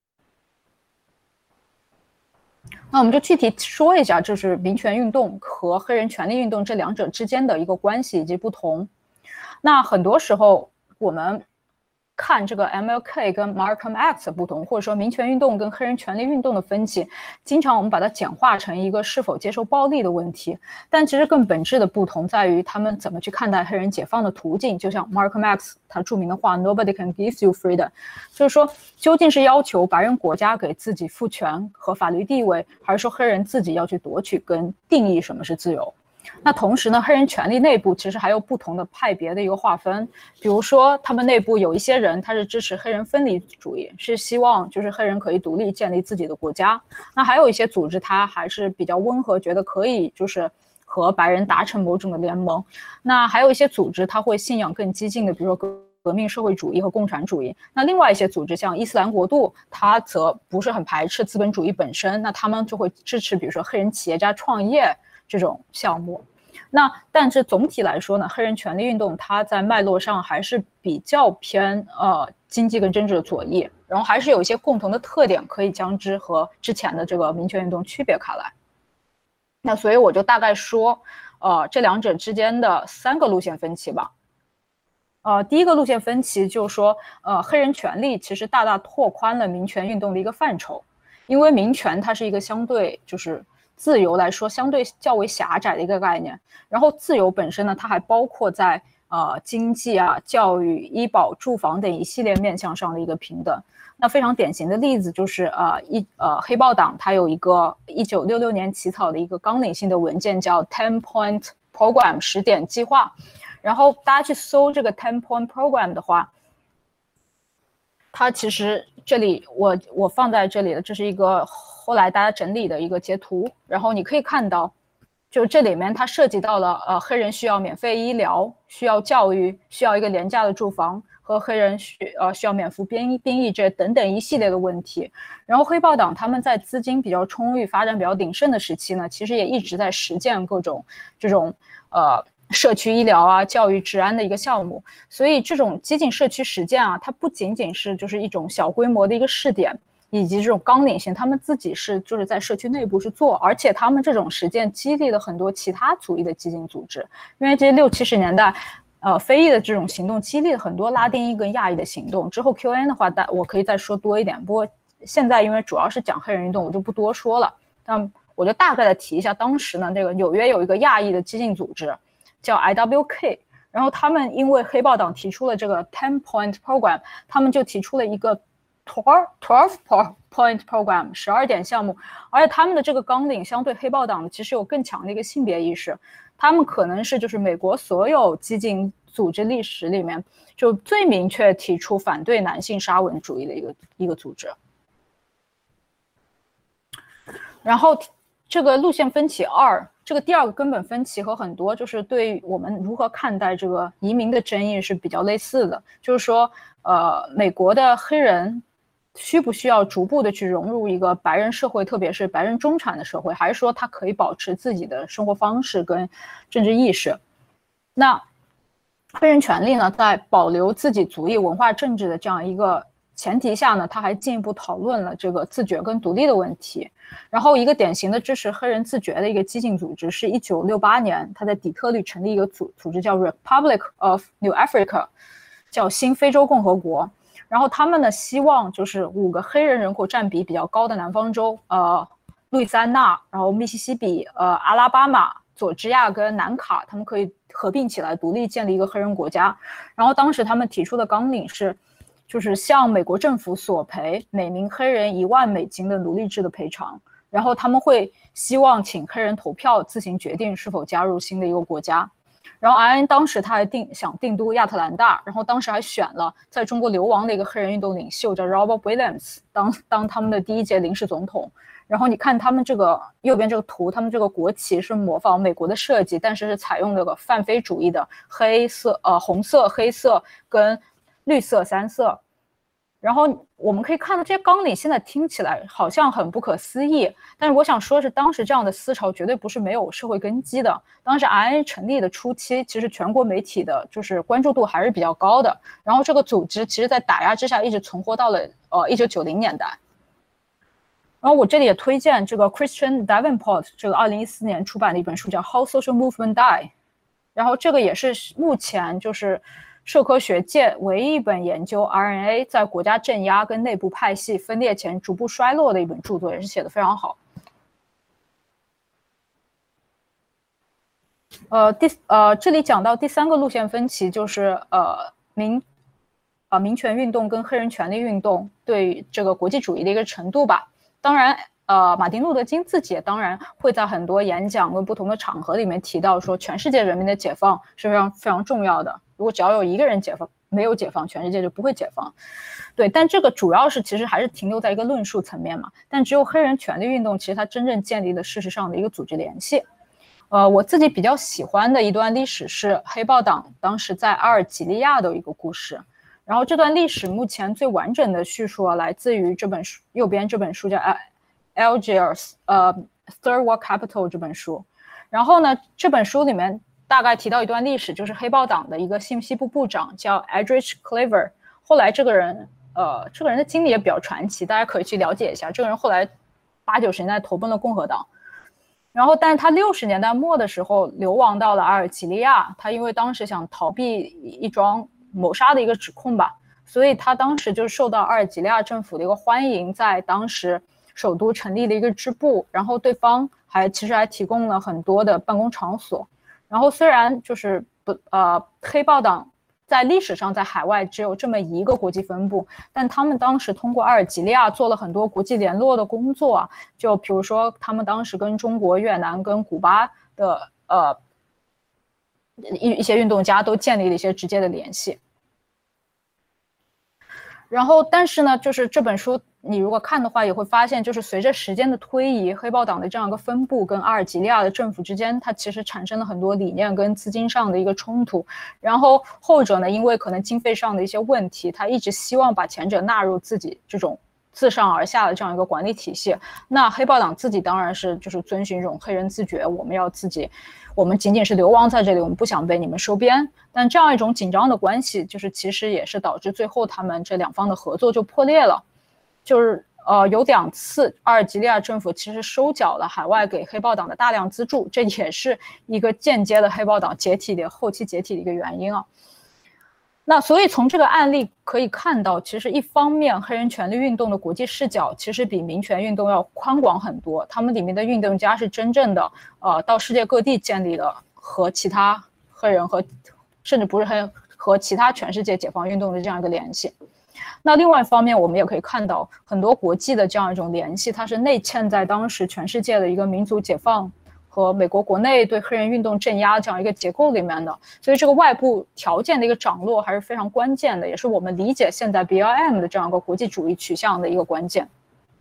那我们就具体说一下，就是民权运动和黑人权利运动这两者之间的一个关系以及不同。那很多时候我们看这个 M L K 跟 Malcolm X 的不同，或者说民权运动跟黑人权利运动的分歧，经常我们把它简化成一个是否接受暴力的问题，但其实更本质的不同在于他们怎么去看待黑人解放的途径。就像 Malcolm X 他著名的话 Nobody can give you freedom， 就是说究竟是要求白人国家给自己赋权和法律地位，还是说黑人自己要去夺取跟定义什么是自由。那同时呢，黑人权利内部其实还有不同的派别的一个划分，比如说他们内部有一些人他是支持黑人分离主义，是希望就是黑人可以独立建立自己的国家。那还有一些组织他还是比较温和，觉得可以就是和白人达成某种的联盟。那还有一些组织他会信仰更激进的，比如说革命社会主义和共产主义。那另外一些组织像伊斯兰国度，他则不是很排斥资本主义本身，那他们就会支持比如说黑人企业家创业这种项目。那但是总体来说呢，黑人权利运动它在脉络上还是比较偏呃经济跟政治的左翼，然后还是有一些共同的特点可以将之和之前的这个民权运动区别开来。那所以我就大概说呃这两者之间的三个路线分歧吧。呃，第一个路线分歧就是说，呃，黑人权利其实大大拓宽了民权运动的一个范畴，因为民权它是一个相对就是自由来说相对较为狭窄的一个概念，然后自由本身呢，它还包括在呃经济啊、教育、医保、住房等一系列面向上的一个平等。那非常典型的例子就是呃一呃黑豹党它有一个一九六六年起草的一个纲领性的文件叫 Ten Point Program 十点计划。然后大家去搜这个 Ten Point Program 的话，它其实这里我我放在这里的，这是一个后来大家整理的一个截图，然后你可以看到，就这里面它涉及到了呃黑人需要免费医疗、需要教育、需要一个廉价的住房和黑人需呃需要免服兵役兵役这等等一系列的问题。然后黑豹党他们在资金比较充裕、发展比较鼎盛的时期呢，其实也一直在实践各种这种呃。社区医疗啊、教育、治安的一个项目，所以这种激进社区实践啊，它不仅仅是就是一种小规模的一个试点，以及这种纲领性，他们自己是就是在社区内部是做，而且他们这种实践激励了很多其他族裔的激进组织，因为这些六七十年代，呃，非裔的这种行动激励了很多拉丁裔跟亚裔的行动。之后 Q and A 的话，我可以再说多一点，不过现在因为主要是讲黑人运动，我就不多说了。但我就大概的提一下，当时呢，这个纽约有一个亚裔的激进组织。叫 I W K， 然后他们因为黑豹党提出了这个 Ten Point Program， 他们就提出了一个 twelve Point Program 十二点项目，而且他们的这个纲领相对黑豹党其实有更强的一个性别意识，他们可能是就是美国所有激进组织历史里面就最明确提出反对男性沙文主义的一个一个组织。然后这个路线分歧二，这个第二个根本分歧和很多就是对我们如何看待这个移民的争议是比较类似的，就是说，呃，美国的黑人需不需要逐步的去融入一个白人社会，特别是白人中产的社会，还是说他可以保持自己的生活方式跟政治意识？那黑人权利呢，在保留自己族裔文化政治的这样一个前提下呢，他还进一步讨论了这个自觉跟独立的问题。然后一个典型的支持黑人自觉的一个激进组织是一九六八年他在底特律成立一个组组织叫 Republic of New Africa， 叫新非洲共和国。然后他们呢希望就是五个黑人人口占比比较高的南方州，呃，路易斯安那，然后密西西比，呃，阿拉巴马、佐治亚跟南卡，他们可以合并起来独立建立一个黑人国家。然后当时他们提出的纲领是就是向美国政府索赔每名黑人一万美金的奴隶制的赔偿，然后他们会希望请黑人投票自行决定是否加入新的一个国家。然后艾恩当时他还定想定都亚特兰大，然后当时还选了在中国流亡的一个黑人运动领袖叫 Robert Williams 当当他们的第一届临时总统。然后你看他们这个右边这个图，他们这个国旗是模仿美国的设计，但是是采用这个泛非主义的黑色、呃红色、黑色跟绿色三色。然后我们可以看到这些纲领现在听起来好像很不可思议，但是我想说是当时这样的思潮绝对不是没有社会根基的。当时 I N A 成立的初期，其实全国媒体的就是关注度还是比较高的，然后这个组织其实在打压之下一直存活到了呃一九九零年代。然后我这里也推荐这个 Christian Davenport 这个二零一四年出版的一本书叫 How Social Movement Die， 然后这个也是目前就是社科学界唯一一本研究 R N A 在国家镇压跟内部派系分裂前逐步衰落的一本著作，也是写得非常好。呃，第呃，这里讲到第三个路线分歧，就是呃民呃民权运动跟黑人权利运动对这个国际主义的一个程度吧。当然，呃，马丁路德金自己也当然会在很多演讲跟不同的场合里面提到说，全世界人民的解放是非常非常重要的。如果只要有一个人解放，没有解放，全世界就不会解放。对，但这个主要是其实还是停留在一个论述层面嘛。但只有黑人权利运动，其实它真正建立了事实上的一个组织联系。呃，我自己比较喜欢的一段历史是黑豹党当时在阿尔及利亚的一个故事。然后这段历史目前最完整的叙述啊，来自于这本书右边这本书叫《Algiers 呃 Third World Capital》这本书。然后呢，这本书里面大概提到一段历史，就是黑豹党的一个信息部部长叫 Edrich Cleaver。后来这个人，呃，这个人的经历也比较传奇，大家可以去了解一下。这个人后来八九十年代投奔了共和党。然后，但是他六十年代末的时候流亡到了阿尔及利亚，他因为当时想逃避一桩谋杀的一个指控吧，所以他当时就受到阿尔及利亚政府的一个欢迎，在当时首都成立了一个支部，然后对方还其实还提供了很多的办公场所。然后虽然就是不呃黑豹党在历史上在海外只有这么一个国际分部，但他们当时通过阿尔及利亚做了很多国际联络的工作啊，就比如说他们当时跟中国、越南跟古巴的呃一一些运动家都建立了一些直接的联系。然后但是呢，就是这本书你如果看的话，也会发现就是随着时间的推移，黑豹党的这样一个分部跟阿尔及利亚的政府之间，它其实产生了很多理念跟资金上的一个冲突。然后后者呢，因为可能经费上的一些问题，他一直希望把前者纳入自己这种自上而下的这样一个管理体系。那黑豹党自己当然是就是遵循一种黑人自觉，我们要自己我们仅仅是流亡在这里，我们不想被你们收编。但这样一种紧张的关系，就是其实也是导致最后他们这两方的合作就破裂了。就是呃有两次阿尔及利亚政府其实收缴了海外给黑豹党的大量资助，这也是一个间接的黑豹党解体的后期解体的一个原因啊。那所以从这个案例可以看到，其实一方面黑人权利运动的国际视角其实比民权运动要宽广很多，他们里面的运动家是真正的呃到世界各地建立了和其他黑人和甚至不是黑和其他全世界解放运动的这样一个联系。那另外一方面，我们也可以看到很多国际的这样一种联系，它是内嵌在当时全世界的一个民族解放和美国国内对黑人运动镇压这样一个结构里面的。所以这个外部条件的一个掌握还是非常关键的，也是我们理解现在 B L M 的这样一个国际主义取向的一个关键。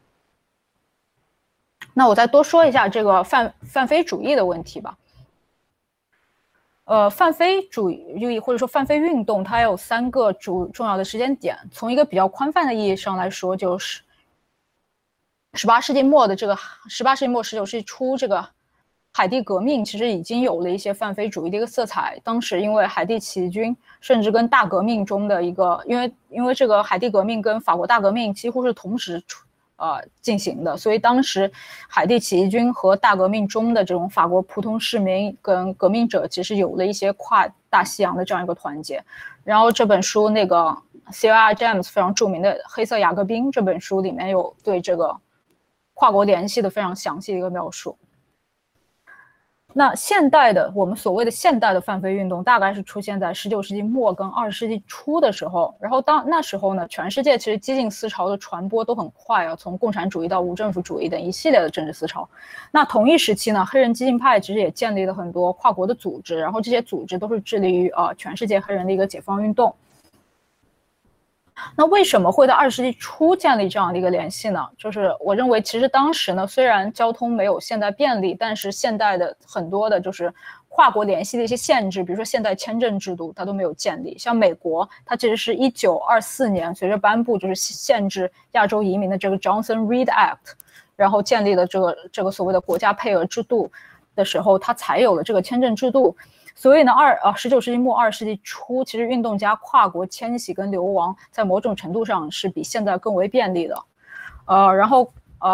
那我再多说一下这个泛泛非主义的问题吧。呃，泛非主义或者说泛非运动，它有三个主重要的时间点。从一个比较宽泛的意义上来说，就是十八世纪末的这个十八世纪末十九世纪初这个海地革命，其实已经有了一些泛非主义的一个色彩。当时因为海地起义军甚至跟大革命中的一个，因为因为这个海地革命跟法国大革命几乎是同时出。呃，进行的，所以当时海地起义军和大革命中的这种法国普通市民跟革命者，其实有了一些跨大西洋的这样一个团结。然后这本书那个 C R James 非常著名的《黑色雅各宾》这本书里面有对这个跨国联系的非常详细的一个描述。那现代的我们所谓的现代的泛非运动，大概是出现在十九世纪末跟二十世纪初的时候。然后当那时候呢，全世界其实激进思潮的传播都很快啊，从共产主义到无政府主义等一系列的政治思潮。那同一时期呢，黑人激进派其实也建立了很多跨国的组织，然后这些组织都是致力于呃全世界黑人的一个解放运动。那为什么会在二十世纪初建立这样的一个联系呢？就是我认为其实当时呢，虽然交通没有现在便利，但是现代的很多的就是跨国联系的一些限制，比如说现代签证制度它都没有建立。像美国，它其实是一九二四年随着颁布就是限制亚洲移民的这个 Johnson-Reed Act， 然后建立了这个这个所谓的国家配额制度的时候，它才有了这个签证制度。所以呢，二呃十九世纪末二十世纪初，其实运动家跨国迁徙跟流亡，在某种程度上是比现在更为便利的。呃，然后呃，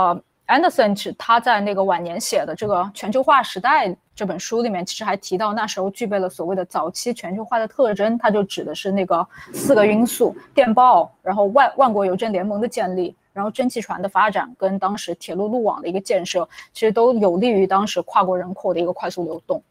Anderson 是他在那个晚年写的这个《全球化时代》这本书里面，其实还提到那时候具备了所谓的早期全球化的特征，它就指的是那个四个因素：电报，然后万万国邮政联盟的建立，然后蒸汽船的发展，跟当时铁路路网的一个建设，其实都有利于当时跨国人口的一个快速流动。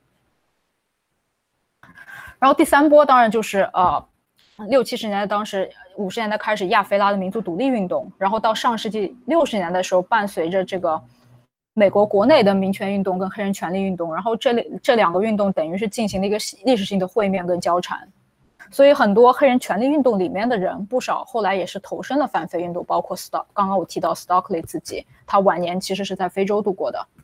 然后第三波当然就是呃六七十年代，当时五十年代开始亚非拉的民族独立运动，然后到上世纪六十年代的时候，伴随着这个美国国内的民权运动跟黑人权利运动，然后这这两个运动等于是进行了一个历史性的会面跟交缠，所以很多黑人权利运动里面的人，不少后来也是投身了反非运动，包括 Stock， 刚刚我提到 Stockley 自己，他晚年其实是在非洲度过的。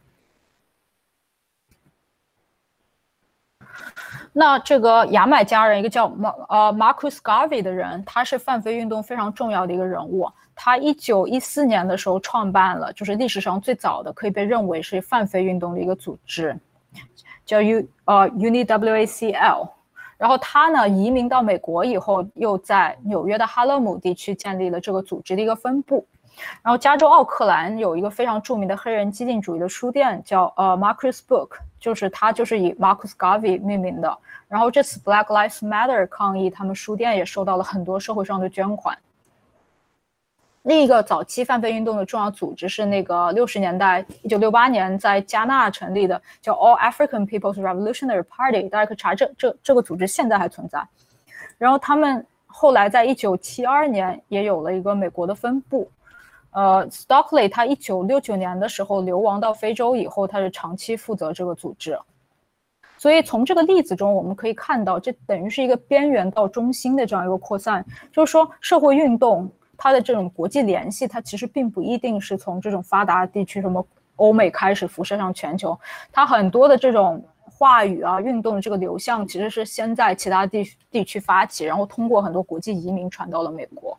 那这个牙买加人，一个叫呃 Marcus Garvey 的人，他是泛非运动非常重要的一个人物。他一九一四年的时候创办了，就是历史上最早的可以被认为是泛非运动的一个组织，叫 U 呃 U N I W A C L。然后他呢移民到美国以后，又在纽约的哈勒姆地区建立了这个组织的一个分部。然后加州奥克兰有一个非常著名的黑人激进主义的书店，叫呃 Marcus Book， 就是它就是以 Marcus Garvey 命名的。然后这次 Black Lives Matter 抗议，他们书店也收到了很多社会上的捐款。另一个早期泛非运动的重要组织是那个六十年代一九六八年在加纳成立的，叫 All African People's Revolutionary Party， 大家可以查这这这个组织现在还存在。然后他们后来在一九七二年也有了一个美国的分部。呃 Stockley 他一九六九年的时候流亡到非洲以后，他是长期负责这个组织。所以从这个例子中我们可以看到，这等于是一个边缘到中心的这样一个扩散，就是说社会运动它的这种国际联系，它其实并不一定是从这种发达地区什么欧美开始辐射上全球，它很多的这种话语啊运动的这个流向其实是先在其他地地区发起，然后通过很多国际移民传到了美国。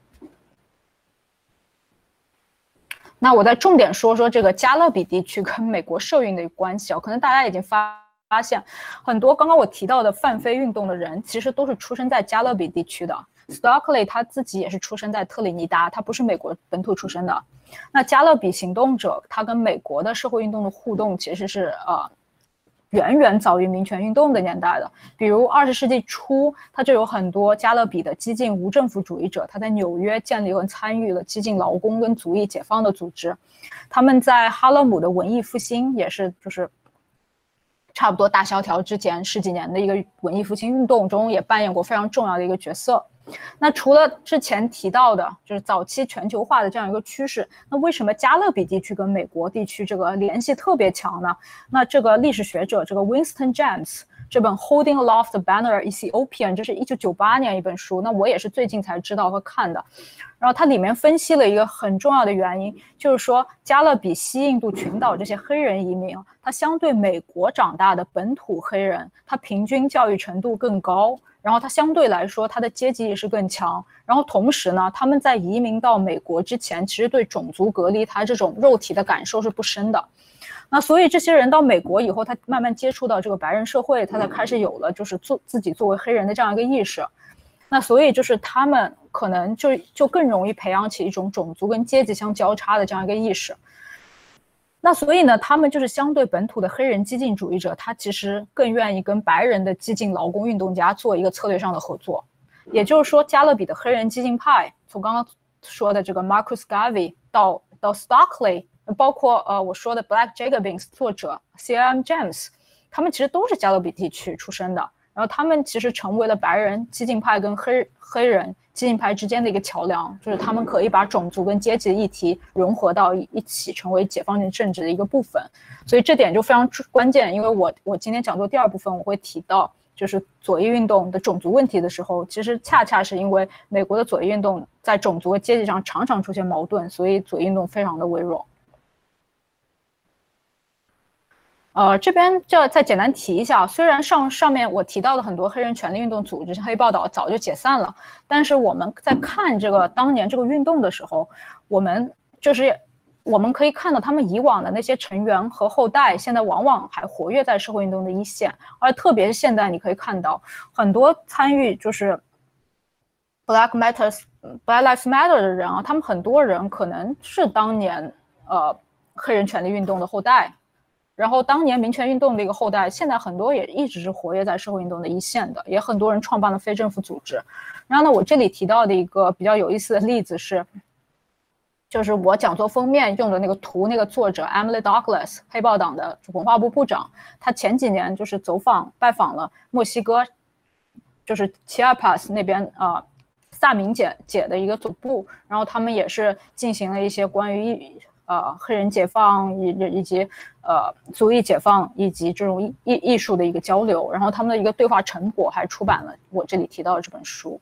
那我再重点说说这个加勒比地区跟美国社运的关系啊，可能大家已经发发现，很多刚刚我提到的泛非运动的人，其实都是出生在加勒比地区的。Stockley 他自己也是出生在特立尼达，他不是美国本土出生的。那加勒比行动者，他跟美国的社会运动的互动，其实是呃远远早于民权运动的年代的。比如二十世纪初，他就有很多加勒比的激进无政府主义者，他在纽约建立和参与了激进劳工跟族裔解放的组织。他们在哈勒姆的文艺复兴也是就是差不多大萧条之前十几年的一个文艺复兴运动中也扮演过非常重要的一个角色。那除了之前提到的就是早期全球化的这样一个趋势，那为什么加勒比地区跟美国地区这个联系特别强呢？那这个历史学者这个 Winston James 这本 Holding Aloft the Banner Ethiopian， 这是一九九八年一本书，那我也是最近才知道和看的。然后它里面分析了一个很重要的原因，就是说加勒比西印度群岛这些黑人移民，他相对美国长大的本土黑人，他平均教育程度更高，然后他相对来说他的阶级意识更强，然后同时呢，他们在移民到美国之前，其实对种族隔离他这种肉体的感受是不深的。那所以这些人到美国以后，他慢慢接触到这个白人社会，他才开始有了就是做自己作为黑人的这样一个意识。那所以就是他们可能就就更容易培养起一种种族跟阶级相交叉的这样一个意识。那所以呢，他们就是相对本土的黑人激进主义者，他其实更愿意跟白人的激进劳工运动家做一个策略上的合作。也就是说，加勒比的黑人激进派，从刚刚说的这个 Marcus Garvey 到到 Stockley， 包括呃我说的 Black Jacobins 作者 C M James， 他们其实都是加勒比地区出生的。然后他们其实成为了白人激进派跟黑黑人激进派之间的一个桥梁，就是他们可以把种族跟阶级的议题融合到一起，成为解放军政治的一个部分。所以这点就非常关键，因为我我今天讲座第二部分我会提到，就是左翼运动的种族问题的时候，其实恰恰是因为美国的左翼运动在种族和阶级上常常出现矛盾，所以左翼运动非常的微弱。呃，这边就再简单提一下，虽然上上面我提到的很多黑人权利运动组织，像黑豹岛早就解散了，但是我们在看这个当年这个运动的时候，我们就是我们可以看到他们以往的那些成员和后代，现在往往还活跃在社会运动的一线，而特别是现在你可以看到很多参与就是 Black Matters、Black Lives Matter 的人啊，他们很多人可能是当年呃。 黑人权利运动的后代。然后当年民权运动的一个后代，现在很多也一直是活跃在社会运动的一线的，也很多人创办了非政府组织。然后呢，我这里提到的一个比较有意思的例子是，就是我讲座封面用的那个图，那个作者 Emily Douglas， 黑豹党的文化部部长，他前几年就是走访拜访了墨西哥，就是 Chiapas 那边啊、呃、萨明姐姐的一个总部，然后他们也是进行了一些关于呃黑人解放以以及呃族裔解放以及这种艺艺术的一个交流，然后他们的一个对话成果还出版了我这里提到的这本书。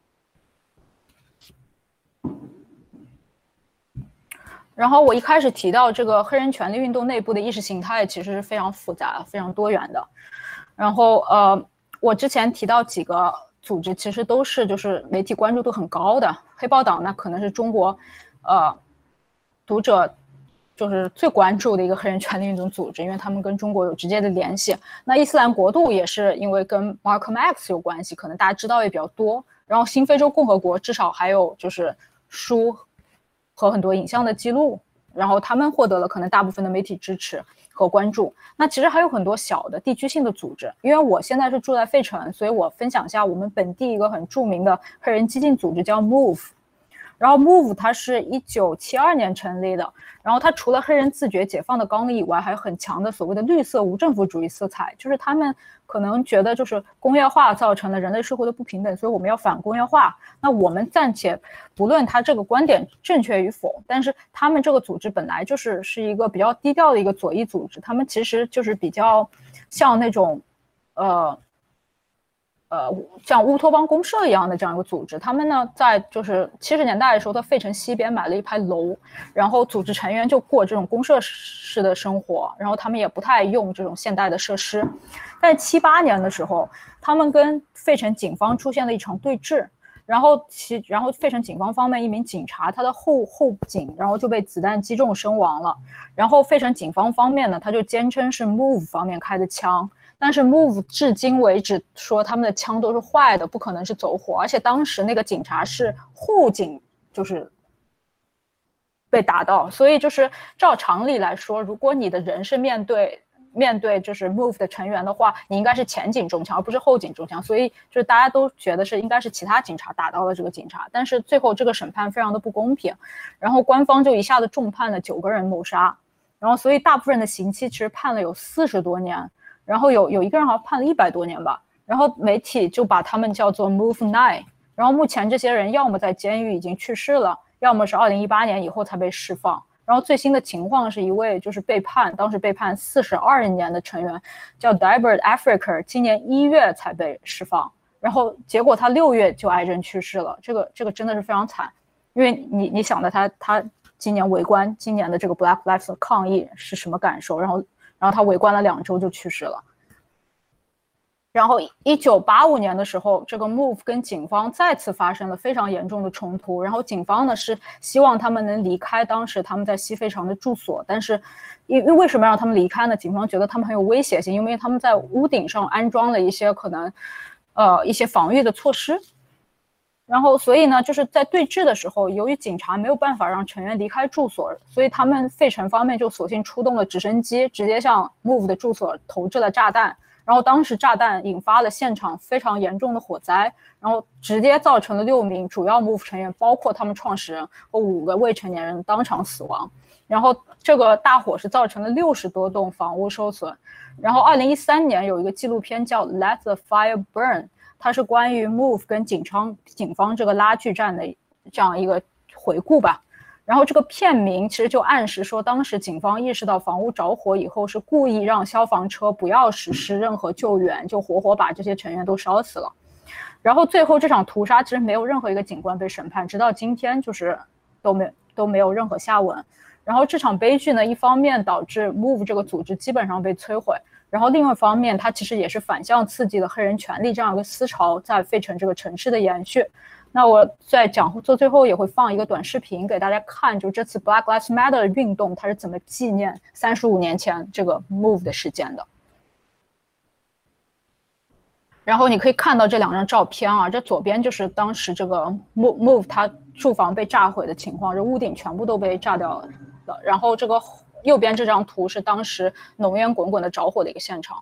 然后我一开始提到这个黑人权利运动内部的意识形态其实是非常复杂、非常多元的。然后呃，我之前提到几个组织，其实都是就是媒体关注度很高的。黑豹党那可能是中国呃读者就是最关注的一个黑人权利运动组织，因为他们跟中国有直接的联系。那伊斯兰国度也是因为跟 Malcolm X 有关系，可能大家知道也比较多。然后新非洲共和国至少还有就是书和很多影像的记录，然后他们获得了可能大部分的媒体支持和关注。那其实还有很多小的地区性的组织，因为我现在是住在费城，所以我分享一下我们本地一个很著名的黑人激进组织叫 Move。然后 Move 它是一九七二年成立的，然后它除了黑人自觉解放的纲领以外，还有很强的所谓的绿色无政府主义色彩，就是他们可能觉得就是工业化造成了人类社会的不平等，所以我们要反工业化。那我们暂且不论他这个观点正确与否，但是他们这个组织本来就是是一个比较低调的一个左翼组织，他们其实就是比较像那种呃呃，像乌托邦公社一样的这样一个组织。他们呢，在就是七十年代的时候，在费城西边买了一排楼，然后组织成员就过这种公社式的生活，然后他们也不太用这种现代的设施。在七八年的时候，他们跟费城警方出现了一场对峙，然后其然后费城警方方面一名警察他的后后颈，然后就被子弹击中身亡了。然后费城警方方面呢，他就坚称是 Move 方面开的枪。但是 Move 至今为止说他们的枪都是坏的，不可能是走火，而且当时那个警察是护警，就是被打到，所以就是照常理来说，如果你的人是面对面对就是 Move 的成员的话，你应该是前警中枪，而不是后警中枪，所以就是大家都觉得是应该是其他警察打到了这个警察，但是最后这个审判非常的不公平，然后官方就一下子重判了九个人谋杀，然后所以大部分人的刑期其实判了有四十多年。然后有有一个人好像判了一百多年吧，然后媒体就把他们叫做 Move Nine， 然后目前这些人要么在监狱已经去世了，要么是二零一八年以后才被释放。然后最新的情况是一位就是被判，当时被判四十二年的成员叫 Delbert Africa， 今年一月才被释放，然后结果他六月就癌症去世了，这个这个真的是非常惨，因为你你想的他他今年围观今年的这个 Black Lives 的抗议是什么感受，然后。然后他围观了两周就去世了。然后一九八五年的时候，这个 Move 跟警方再次发生了非常严重的冲突。然后警方呢是希望他们能离开当时他们在西非城的住所，但是因为为什么让他们离开呢？警方觉得他们很有威胁性，因为他们在屋顶上安装了一些可能呃一些防御的措施。然后，所以呢，就是在对峙的时候，由于警察没有办法让成员离开住所，所以他们费城方面就索性出动了直升机，直接向 Move 的住所投掷了炸弹。然后当时炸弹引发了现场非常严重的火灾，然后直接造成了六名主要 Move 成员，包括他们创始人和五个未成年人当场死亡。然后这个大火是造成了六十多栋房屋受损。然后二零一三年有一个纪录片叫 Let the Fire Burn。它是关于 Move 跟警方警方这个拉锯战的这样一个回顾吧。然后这个片名其实就暗示说，当时警方意识到房屋着火以后，是故意让消防车不要实施任何救援，就活活把这些成员都烧死了。然后最后这场屠杀其实没有任何一个警官被审判，直到今天就是都没都没有任何下文。然后这场悲剧呢，一方面导致 Move 这个组织基本上被摧毁。然后另外一方面，它其实也是反向刺激了黑人权利这样一个思潮在费城这个城市的延续。那我在讲座最后也会放一个短视频给大家看，就这次 Black Lives Matter 运动它是怎么纪念三十五年前这个 Move 的事件的。然后你可以看到这两张照片啊，这左边就是当时这个 Move Move 它住房被炸毁的情况，这屋顶全部都被炸掉了。然后这个右边这张图是当时浓烟滚滚的着火的一个现场。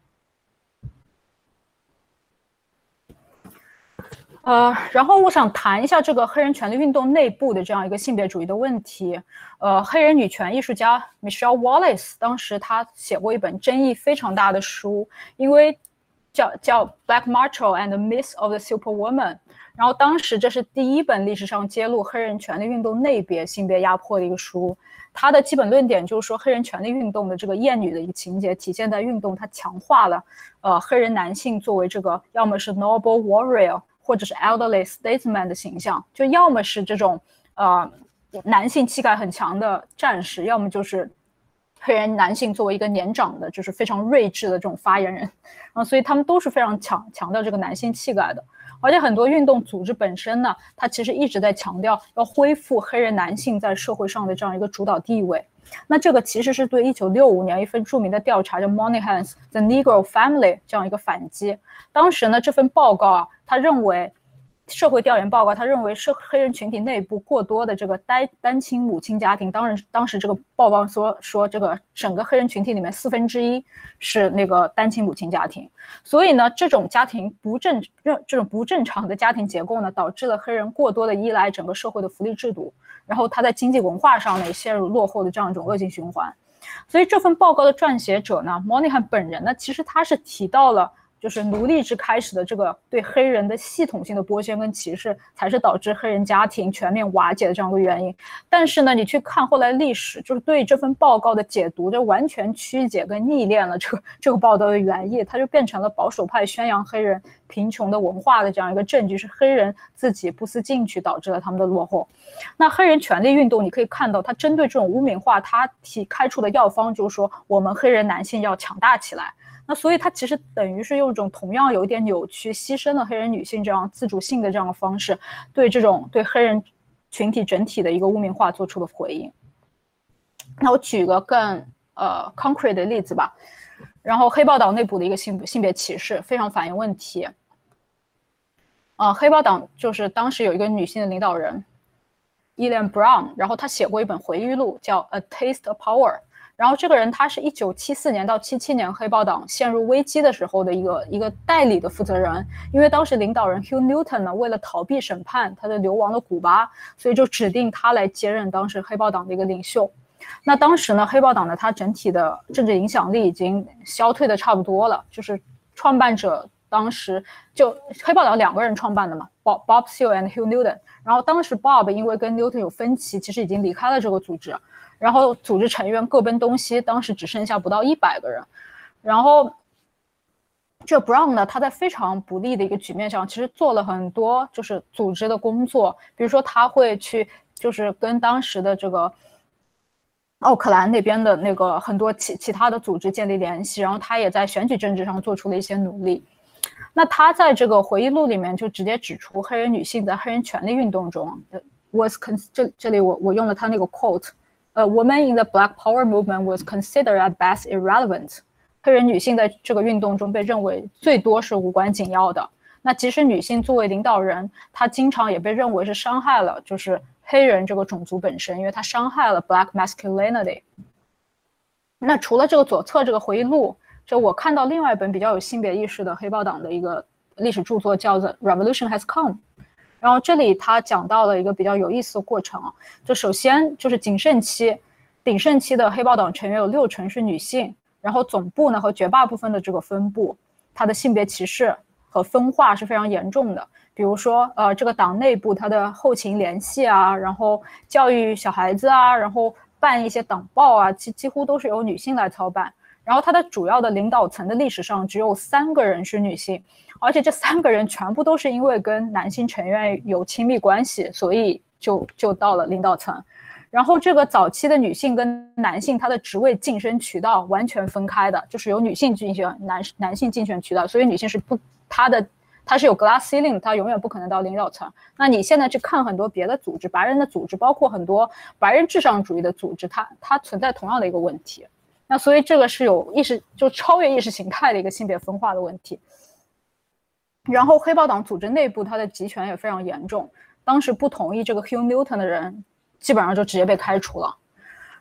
呃，然后我想谈一下这个黑人权利运动内部的这样一个性别主义的问题。呃，黑人女权艺术家 Michelle Wallace 当时她写过一本争议非常大的书，因为叫叫 Black Macho and the Myth of the Superwoman。然后当时这是第一本历史上揭露黑人权利运动类别性别压迫的一个书。它的基本论点就是说，黑人权利运动的这个厌女的一个情节体现在运动它强化了呃黑人男性作为这个要么是 noble warrior。或者是 elderly statesman 的形象，就要么是这种呃男性气概很强的战士，要么就是黑人男性作为一个年长的，就是非常睿智的这种发言人，然后所以他们都是非常强强调这个男性气概的。而且很多运动组织本身呢，它其实一直在强调要恢复黑人男性在社会上的这样一个主导地位。那这个其实是对一九六五年一份著名的调查叫 Moynihan's The Negro Family 这样一个反击。当时呢，这份报告啊，他认为社会调研报告，他认为是黑人群体内部过多的这个单单亲母亲家庭。当然，当时这个报告说说这个整个黑人群体里面四分之一是那个单亲母亲家庭。所以呢，这种家庭不正这种不正常的家庭结构呢，导致了黑人过多的依赖整个社会的福利制度。然后他在经济文化上呢也陷入落后的这样一种恶性循环。所以这份报告的撰写者呢 Moynihan 本人呢，其实他是提到了就是奴隶制开始的这个对黑人的系统性的剥削跟歧视，才是导致黑人家庭全面瓦解的这样一个原因。但是呢，你去看后来历史，就是对这份报告的解读，就完全曲解跟逆练了这个这个报道的原意，它就变成了保守派宣扬黑人贫穷的文化的这样一个证据，是黑人自己不思进取导致了他们的落后。那黑人权利运动，你可以看到，它针对这种污名化，它提开出的药方就是说，我们黑人男性要强大起来。那所以它其实等于是用一种同样有一点扭曲、牺牲了黑人女性这样自主性的这样的方式，对这种对黑人群体整体的一个污名化做出了回应。那我举个更呃 concrete 的例子吧。然后黑豹党内部的一个性性别歧视非常反映问题。呃，黑豹党就是当时有一个女性的领导人 Elaine Brown， 然后她写过一本回忆录叫 A Taste of Power。然后这个人他是一九七四年到七七年黑豹党陷入危机的时候的一个一个代理的负责人，因为当时领导人 Hugh Newton 呢，为了逃避审判他的流亡的古巴，所以就指定他来接任当时黑豹党的一个领袖。那当时呢，黑豹党呢，它整体的政治影响力已经消退的差不多了，就是创办者当时就黑豹党两个人创办的嘛 ，Bob Bob Seale and Hugh Newton。然后当时 Bob 因为跟 Newton 有分歧，其实已经离开了这个组织。然后组织成员各奔东西，当时只剩下不到一百个人。然后这 Brown 呢，他在非常不利的一个局面上，其实做了很多就是组织的工作，比如说他会去就是跟当时的这个奥克兰那边的那个很多其其他的组织建立联系，然后他也在选举政治上做出了一些努力。那他在这个回忆录里面就直接指出，黑人女性在黑人权利运动中 was 这这里我我用了他那个 quote。A woman in the Black Power movement was considered at best irrelevant。黑人女性在这个运动中被认为最多是无关紧要的。那即使女性作为领导人，她经常也被认为是伤害了就是黑人这个种族本身，因为她伤害了 Black masculinity。那除了这个左侧这个回忆录，就我看到另外一本比较有性别意识的黑豹党的一个历史著作，叫做 Revolution Has Come。然后这里他讲到了一个比较有意思的过程啊，就首先就是鼎盛期，鼎盛期的黑豹党成员有六成是女性，然后总部呢和绝大部分的这个分部，它的性别歧视和分化是非常严重的。比如说，呃，这个党内部它的后勤联系啊，然后教育小孩子啊，然后办一些党报啊，几几乎都是由女性来操办。然后它的主要的领导层的历史上只有三个人是女性，而且这三个人全部都是因为跟男性成员有亲密关系，所以就就到了领导层。然后这个早期的女性跟男性，他的职位晋升渠道完全分开的，就是由女性竞选男男性竞选渠道，所以女性是不，她的她是有 glass ceiling， 她永远不可能到领导层。那你现在去看很多别的组织，白人的组织，包括很多白人至上主义的组织，它它存在同样的一个问题。那所以这个是有意识，就超越意识形态的一个性别分化的问题。然后黑豹党组织内部它的集权也非常严重，当时不同意这个 Hugh Newton 的人基本上就直接被开除了。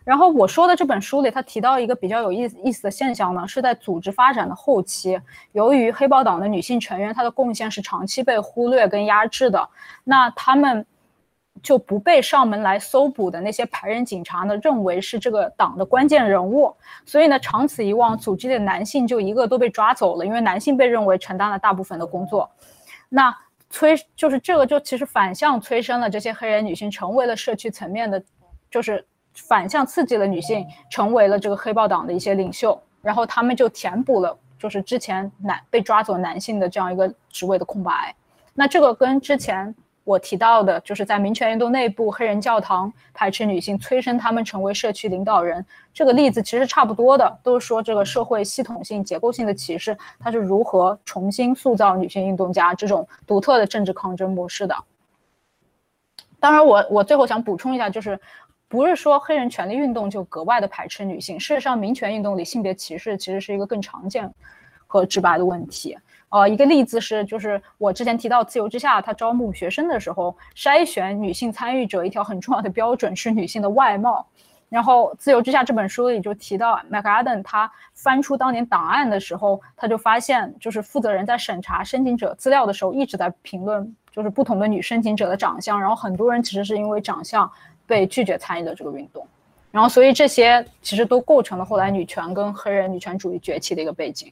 然后我说的这本书里，他提到一个比较有意思意思的现象呢，是在组织发展的后期，由于黑豹党的女性成员她的贡献是长期被忽略跟压制的，那他们就不被上门来搜捕的那些白人警察呢，认为是这个党的关键人物，所以呢，长此以往，组织里的男性就一个都被抓走了，因为男性被认为承担了大部分的工作。那催就是这个就其实反向催生了这些黑人女性成为了社区层面的，就是反向刺激了女性成为了这个黑豹党的一些领袖，然后他们就填补了就是之前男被抓走男性的这样一个职位的空白。那这个跟之前我提到的就是在民权运动内部黑人教堂排斥女性催生他们成为社区领导人这个例子其实差不多的，都是说这个社会系统性结构性的歧视它是如何重新塑造女性运动家这种独特的政治抗争模式的。当然我我最后想补充一下，就是不是说黑人权利运动就格外的排斥女性，事实上民权运动里性别歧视其实是一个更常见和直白的问题。呃，一个例子是，就是我之前提到自由之下，他招募学生的时候，筛选女性参与者一条很重要的标准是女性的外貌。然后自由之下这本书里就提到 McAdam 他翻出当年档案的时候，他就发现就是负责人在审查申请者资料的时候一直在评论就是不同的女申请者的长相，然后很多人其实是因为长相被拒绝参与的这个运动，然后所以这些其实都构成了后来女权跟黑人女权主义崛起的一个背景。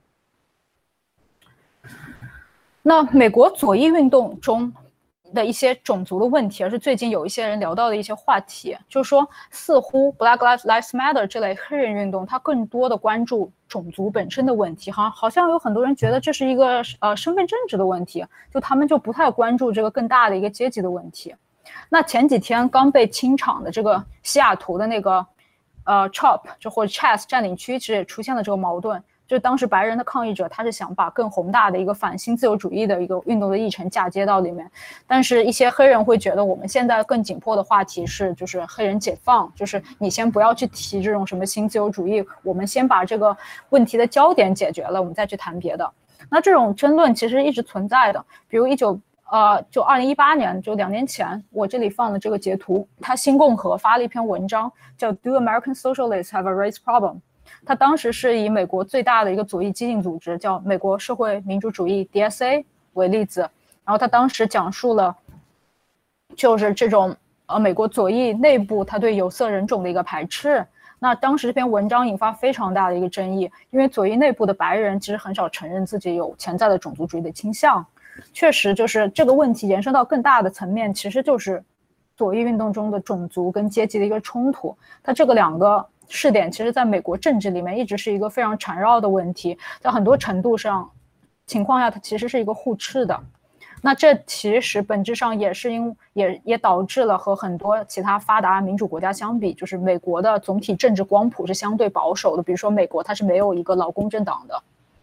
那美国左翼运动中的一些种族的问题，而是最近有一些人聊到的一些话题，就是说似乎 Black Lives Matter 这类黑人运动它更多的关注种族本身的问题，好像好像有很多人觉得这是一个呃身份政治的问题，就他们就不太关注这个更大的一个阶级的问题。那前几天刚被清场的这个西雅图的那个呃 C H O P 就或者 Chas 占领区，其实也出现了这个矛盾。就当时白人的抗议者他是想把更宏大的一个反新自由主义的一个运动的议程嫁接到里面，但是一些黑人会觉得我们现在更紧迫的话题是就是黑人解放，就是你先不要去提这种什么新自由主义，我们先把这个问题的焦点解决了，我们再去谈别的。那这种争论其实一直存在的，比如一九呃，就二零一八年，就两年前，我这里放了这个截图，他新共和发了一篇文章叫 Do American Socialists Have a Race Problem？他当时是以美国最大的一个左翼激进组织叫美国社会民主主义 D S A 为例子，然后他当时讲述了就是这种呃美国左翼内部他对有色人种的一个排斥。那当时这篇文章引发非常大的一个争议，因为左翼内部的白人其实很少承认自己有潜在的种族主义的倾向。确实就是这个问题延伸到更大的层面，其实就是左翼运动中的种族跟阶级的一个冲突。它这个两个试点其实在美国政治里面一直是一个非常缠绕的问题，在很多程度上情况下它其实是一个互斥的。那这其实本质上也是因也也导致了和很多其他发达民主国家相比，就是美国的总体政治光谱是相对保守的，比如说美国它是没有一个劳工政党的。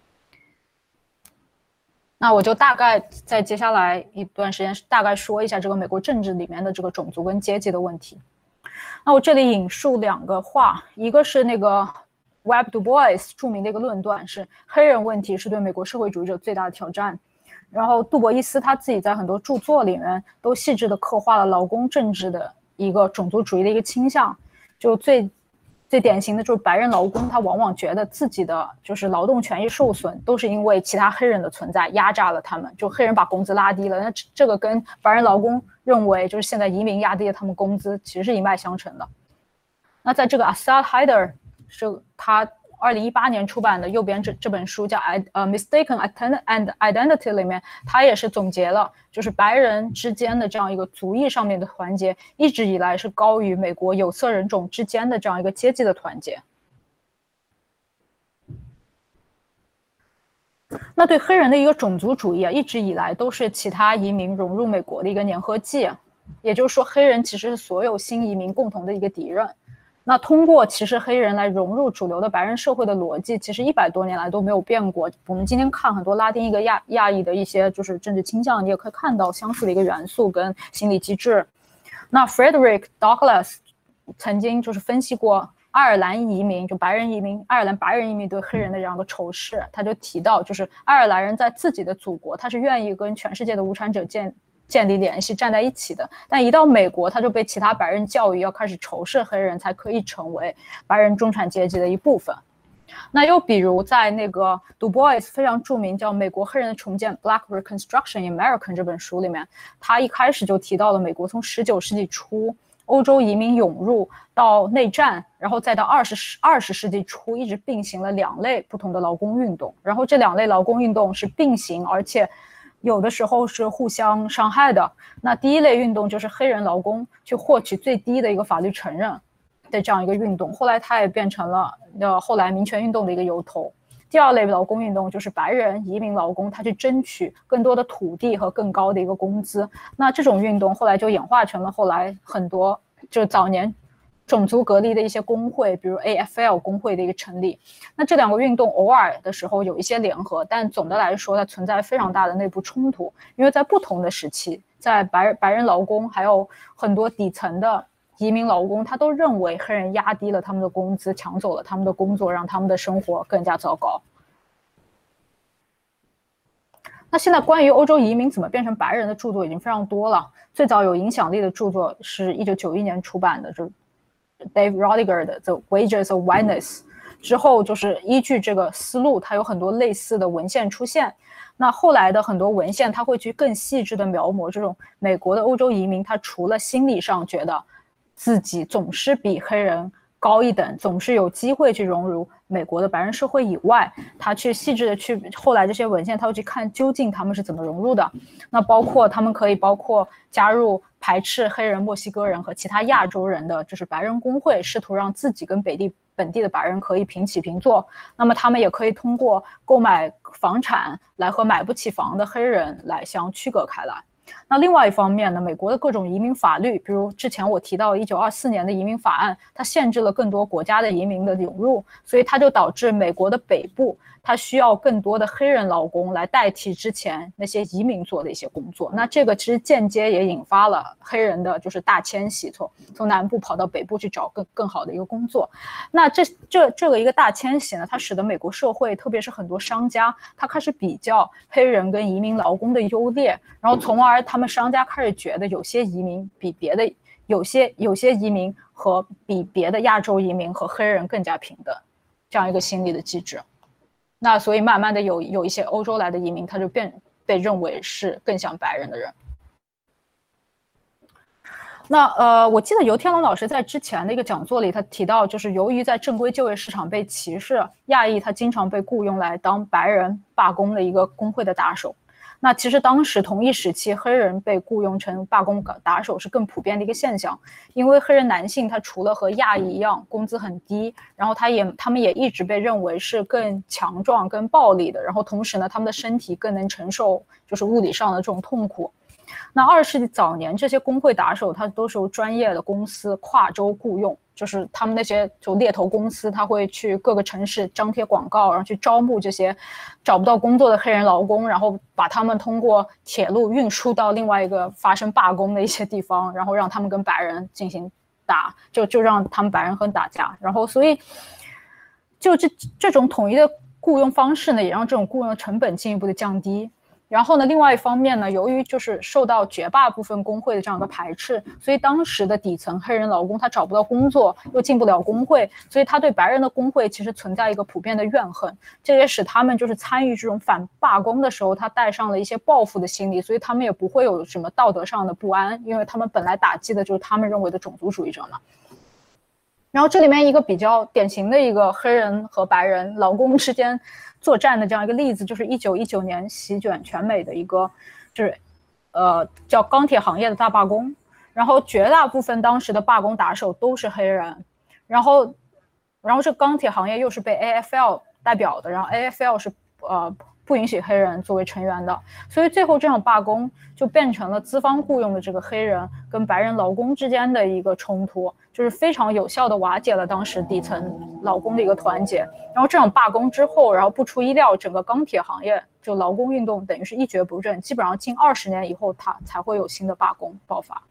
那我就大概在接下来一段时间大概说一下这个美国政治里面的这个种族跟阶级的问题。那我这里引述两个话，一个是那个 Webb Du Bois 著名的一个论断，是黑人问题是对美国社会主义者最大的挑战。然后杜博伊斯他自己在很多著作里面都细致地刻画了劳工政治的一个种族主义的一个倾向，就最最典型的就是白人劳工他往往觉得自己的就是劳动权益受损都是因为其他黑人的存在压榨了他们，就黑人把工资拉低了，那这个跟白人劳工认为就是现在移民压低了他们工资其实是一脉相承的。那在这个 Assad Haider 是他二零一八年出版的右边这这本书叫呃 Mistaken and Identity 里面，他也是总结了就是白人之间的这样一个族裔上面的团结一直以来是高于美国有色人种之间的这样一个阶级的团结。那对黑人的一个种族主义啊，一直以来都是其他移民融入美国的一个粘合剂，也就是说黑人其实是所有新移民共同的一个敌人。那通过歧视黑人来融入主流的白人社会的逻辑，其实一百多年来都没有变过。我们今天看很多拉丁裔跟亚亚裔的一些就是政治倾向，你也可以看到相似的一个元素跟心理机制。那 Frederick Douglass 曾经就是分析过爱尔兰移民，就白人移民，爱尔兰白人移民对黑人的这样一个仇视，他就提到就是爱尔兰人在自己的祖国，他是愿意跟全世界的无产者建建立联系、站在一起的。但一到美国，他就被其他白人教育要开始仇视黑人，才可以成为白人中产阶级的一部分。那又比如在那个杜波伊斯非常著名叫《美国黑人的重建 Black Reconstruction in America》这本书里面，他一开始就提到了美国从十九世纪初欧洲移民涌入到内战，然后再到二十二十世纪初，一直并行了两类不同的劳工运动。然后这两类劳工运动是并行，而且有的时候是互相伤害的。那第一类运动就是黑人劳工去获取最低的一个法律承认的这样一个运动，后来它也变成了呃后来民权运动的一个由头。第二类劳工运动就是白人移民劳工，他去争取更多的土地和更高的一个工资。那这种运动后来就演化成了后来很多就早年种族隔离的一些工会，比如 A F L 工会的一个成立。那这两个运动偶尔的时候有一些联合，但总的来说它存在非常大的内部冲突，因为在不同的时期，在白白人劳工还有很多底层的移民劳工，他都认为黑人压低了他们的工资，抢走了他们的工作，让他们的生活更加糟糕。那现在关于欧洲移民怎么变成白人的著作已经非常多了。最早有影响力的著作是一九九一年出版的，就是 Dave Rodiger 的 The Wages of Whiteness。之后就是依据这个思路，它有很多类似的文献出现。那后来的很多文献，它会去更细致的描摹这种美国的欧洲移民，他除了心理上觉得自己总是比黑人高一等，总是有机会去融入美国的白人社会以外，他去细致的去后来这些文献他会去看究竟他们是怎么融入的。那包括他们可以包括加入排斥黑人、墨西哥人和其他亚洲人的就是白人工会，试图让自己跟本地本地的白人可以平起平坐。那么他们也可以通过购买房产来和买不起房的黑人来相区隔开来。那另外一方面呢，美国的各种移民法律，比如之前我提到一九二四年的移民法案，它限制了更多国家的移民的涌入，所以它就导致美国的北部它需要更多的黑人劳工来代替之前那些移民做的一些工作。那这个其实间接也引发了黑人的就是大迁徙，从从南部跑到北部去找更更好的一个工作。那这这这个一个大迁徙呢，它使得美国社会特别是很多商家，他开始比较黑人跟移民劳工的优劣，然后从而他们商家开始觉得有些移民比别的有些有些移民和比别的亚洲移民和黑人更加平等，这样一个心理的机制。那所以慢慢的有有一些欧洲来的移民，他就变被认为是更像白人的人。那呃，我记得游天龙老师在之前的一个讲座里，他提到，就是由于在正规就业市场被歧视，亚裔他经常被雇佣来当白人罢工的一个工会的打手。那其实当时同一时期，黑人被雇佣成罢工打手是更普遍的一个现象，因为黑人男性他除了和亚裔一样工资很低，然后他也他们也一直被认为是更强壮、更暴力的，然后同时呢，他们的身体更能承受就是物理上的这种痛苦。那二十世纪早年，这些工会打手他都是由专业的公司跨州雇佣，就是他们那些就猎头公司，他会去各个城市张贴广告，然后去招募这些找不到工作的黑人劳工，然后把他们通过铁路运输到另外一个发生罢工的一些地方，然后让他们跟白人进行打，就就让他们白人很打架。然后所以就这这种统一的雇佣方式呢，也让这种雇佣的成本进一步的降低。然后呢，另外一方面呢，由于就是受到绝大部分工会的这样一个排斥，所以当时的底层黑人劳工他找不到工作，又进不了工会，所以他对白人的工会其实存在一个普遍的怨恨，这也使他们就是参与这种反罢工的时候，他带上了一些报复的心理，所以他们也不会有什么道德上的不安，因为他们本来打击的就是他们认为的种族主义者嘛。然后这里面一个比较典型的一个黑人和白人劳工之间作战的这样一个例子，就是一九一九年席卷全美的一个就是呃叫钢铁行业的大罢工，然后绝大部分当时的罢工打手都是黑人，然后然后这钢铁行业又是被 A F L 代表的，然后 A F L 是呃不允许黑人作为成员的，所以最后这场罢工就变成了资方雇佣的这个黑人跟白人劳工之间的一个冲突，就是非常有效的瓦解了当时底层劳工的一个团结。然后这场罢工之后，然后不出意料，整个钢铁行业就劳工运动等于是一蹶不振，基本上近二十年以后，它才会有新的罢工爆发。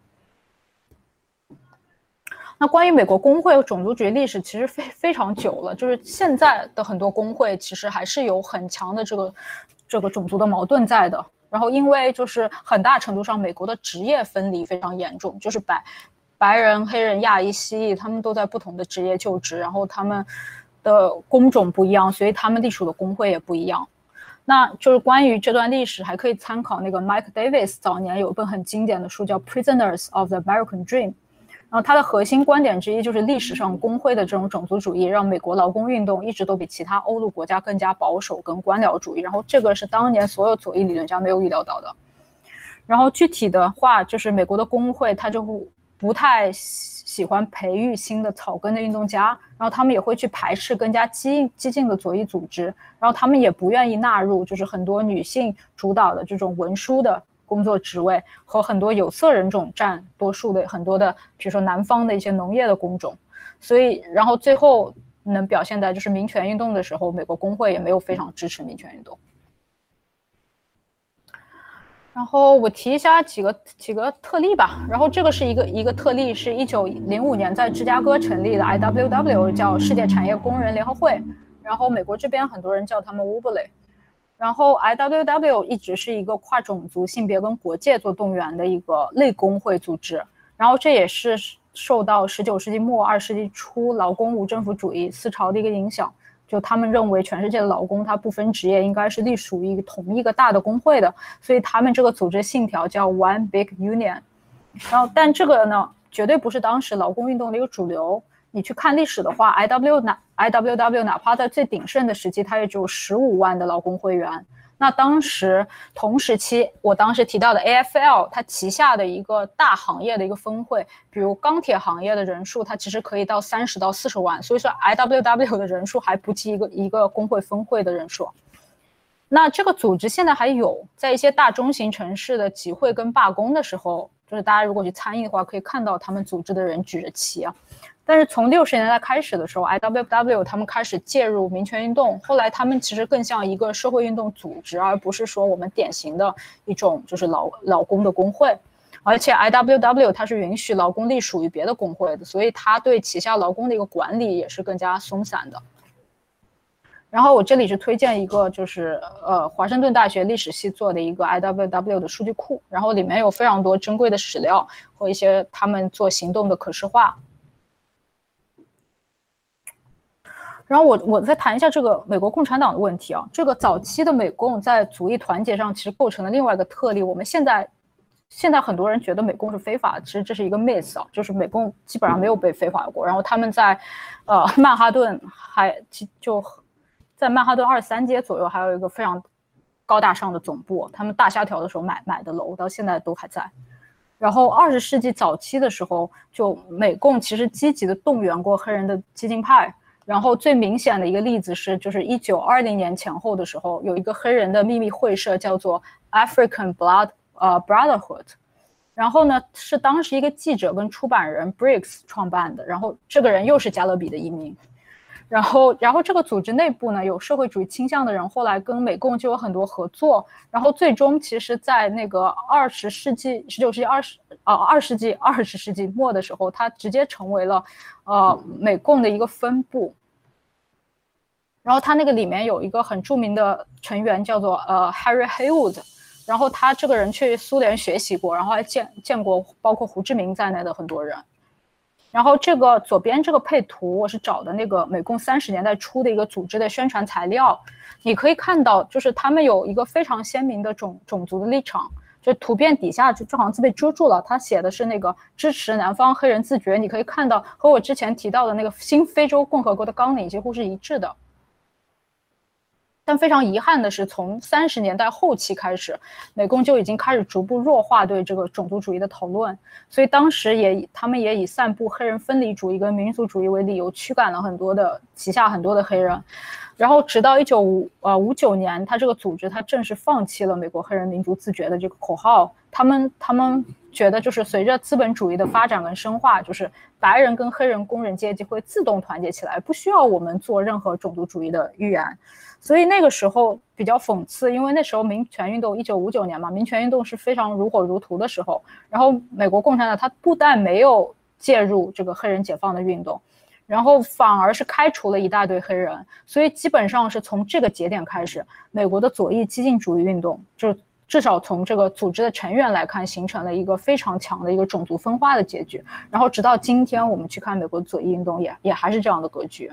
那关于美国工会和种族主义历史其实非非常久了，就是现在的很多工会其实还是有很强的这个这个种族的矛盾在的。 然后因为就是很大程度上美国的职业分离非常严重，就是白白人、黑人、亚裔、西裔他们都在不同的职业就职，然后他们的工种不一样，所以他们隶属的工会也不一样。那就是关于这段历史，还可以参考那个 Mike Davis 早年有一本很经典的书叫《Prisoners of the American Dream》，然后它的核心观点之一就是历史上工会的这种种族主义让美国劳工运动一直都比其他欧陆国家更加保守跟官僚主义，然后这个是当年所有左翼理论家没有预料到的。然后具体的话，就是美国的工会它就不太喜欢培育新的草根的运动家，然后他们也会去排斥更加激激进的左翼组织，然后他们也不愿意纳入就是很多女性主导的这种文书的工作职位和很多有色人种占多数的很多的比如说南方的一些农业的工种。所以然后最后能表现在就是民权运动的时候，美国工会也没有非常支持民权运动。然后我提一下几个几个特例吧。然后这个是一个一个特例，是一九零五年在芝加哥成立的 I W W， 叫世界产业工人联合会。然后美国这边很多人叫他们 Wobbly。然后 I W W 一直是一个跨种族、性别跟国界做动员的一个类工会组织。然后这也是受到十九世纪末二十世纪初劳工无政府主义思潮的一个影响。就他们认为全世界的劳工他不分职业应该是隶属于同一个大的工会的，所以他们这个组织信条叫 One Big Union。 然后但这个呢绝对不是当时劳工运动的一个主流。你去看历史的话， I W W 哪怕在最鼎盛的时期它也只有十五万的劳工会员。那当时同时期我当时提到的 A F L 它旗下的一个大行业的一个分会，比如钢铁行业的人数它其实可以到三十到四十万，所以说 I W W 的人数还不及一个一个工会分会的人数。那这个组织现在还有在一些大中型城市的集会跟罢工的时候，就是大家如果去参与的话可以看到他们组织的人举着旗啊。但是从六十年代开始的时候 I W W 他们开始介入民权运动，后来他们其实更像一个社会运动组织，而不是说我们典型的一种就是劳劳工的工会。而且 I W W 它是允许劳工隶属于别的工会的，所以它对旗下劳工的一个管理也是更加松散的。然后我这里是推荐一个就是呃华盛顿大学历史系做的一个 I W W 的数据库，然后里面有非常多珍贵的史料和一些他们做行动的可视化。然后我我再谈一下这个美国共产党的问题啊。这个早期的美共在族裔团结上其实构成了另外一个特例。我们现在现在很多人觉得美共是非法，其实这是一个 myth 啊，就是美共基本上没有被非法过。然后他们在呃曼哈顿还就在曼哈顿二十三街左右还有一个非常高大上的总部，他们大萧条的时候买买的楼到现在都还在。然后二十世纪早期的时候，就美共其实积极的动员过黑人的激进派。然后最明显的一个例子是，就是一九二零年前后的时候，有一个黑人的秘密会社叫做 African Blood 呃 Brotherhood， 然后呢是当时一个记者跟出版人 Briggs 创办的，然后这个人又是加勒比的移民。然后然后这个组织内部呢有社会主义倾向的人，后来跟美共就有很多合作，然后最终其实在那个二十世纪十九世纪二十啊二世纪二十世纪末的时候，它直接成为了呃美共的一个分部。然后他那个里面有一个很著名的成员叫做呃 Harry Haywood， 然后他这个人去苏联学习过，然后还见见过包括胡志明在内的很多人。然后这个左边这个配图我是找的那个美共三十年代初的一个组织的宣传材料，你可以看到就是他们有一个非常鲜明的种种族的立场，就图片底下就好像是被遮住了，他写的是那个支持南方黑人自决，你可以看到和我之前提到的那个新非洲共和国的纲领几乎是一致的。但非常遗憾的是，从三十年代后期开始，美共就已经开始逐步弱化对这个种族主义的讨论，所以当时也他们也以散布黑人分离主义跟民族主义为理由，驱赶了很多的旗下很多的黑人。然后直到一九五九年，他这个组织他正式放弃了美国黑人民族自决的这个口号。他们他们觉得就是随着资本主义的发展跟深化，就是白人跟黑人工人阶级会自动团结起来，不需要我们做任何种族主义的预言。所以那个时候比较讽刺，因为那时候民权运动一九五九年嘛，民权运动是非常如火如荼的时候，然后美国共产党他不但没有介入这个黑人解放的运动，然后反而是开除了一大堆黑人。所以基本上是从这个节点开始，美国的左翼激进主义运动就至少从这个组织的成员来看，形成了一个非常强的一个种族分化的结局。然后直到今天，我们去看美国左翼运动也，也还是这样的格局。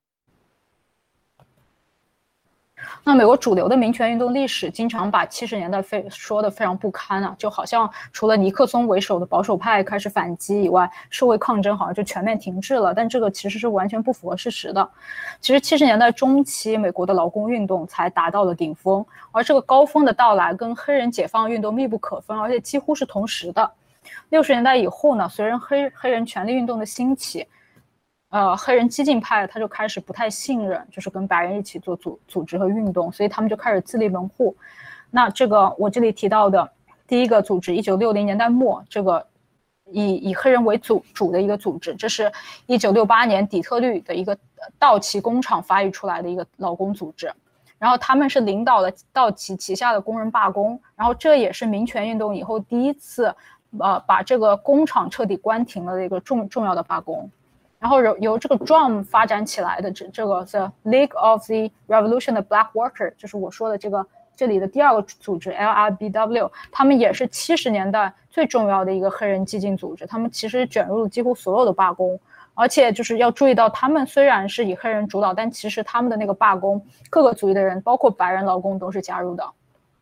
那美国主流的民权运动历史经常把七十年代非说的非常不堪啊，就好像除了尼克松为首的保守派开始反击以外，社会抗争好像就全面停滞了，但这个其实是完全不符合事实的。其实七十年代中期，美国的劳工运动才达到了顶峰，而这个高峰的到来跟黑人解放运动密不可分，而且几乎是同时的。六十年代以后呢，随着黑黑人权利运动的兴起，呃，黑人激进派他就开始不太信任，就是跟白人一起做组组织和运动，所以他们就开始自立门户。那这个我这里提到的第一个组织，一九六零年代末，这个以以黑人为主主的一个组织，这是一九六八年底特律的一个道奇工厂发育出来的一个劳工组织。然后他们是领导了道奇旗下的工人罢工，然后这也是民权运动以后第一次，呃，把这个工厂彻底关停了的一个重重要的罢工。然后由由这个 D R U M 发展起来的这这个 The League of the Revolution of Black Worker， 就是我说的这个这里的第二个组织 L R B W， 他们也是七十年代最重要的一个黑人激进组织，他们其实卷入了几乎所有的罢工，而且就是要注意到，他们虽然是以黑人主导，但其实他们的那个罢工，各个族裔的人，包括白人劳工都是加入的。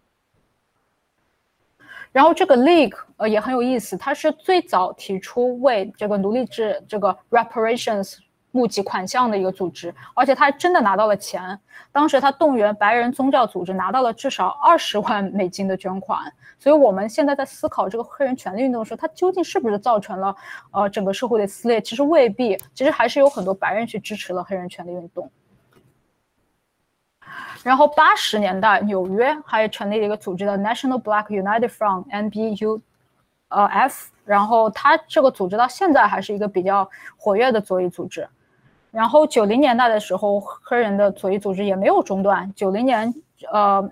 然后这个 League 呃也很有意思，它是最早提出为这个奴隶制这个 reparations 募集款项的一个组织，而且他还真的拿到了钱。当时他动员白人宗教组织拿到了至少二十万美金的捐款。所以我们现在在思考这个黑人权利运动的时候，它究竟是不是造成了呃整个社会的撕裂？其实未必，其实还是有很多白人去支持了黑人权利运动。然后八十年代，纽约还成立了一个组织的 National Black United Front N B U F， 然后它这个组织到现在还是一个比较活跃的左翼组织。然后九零年代的时候，黑人的左翼组织也没有中断。九零年，呃，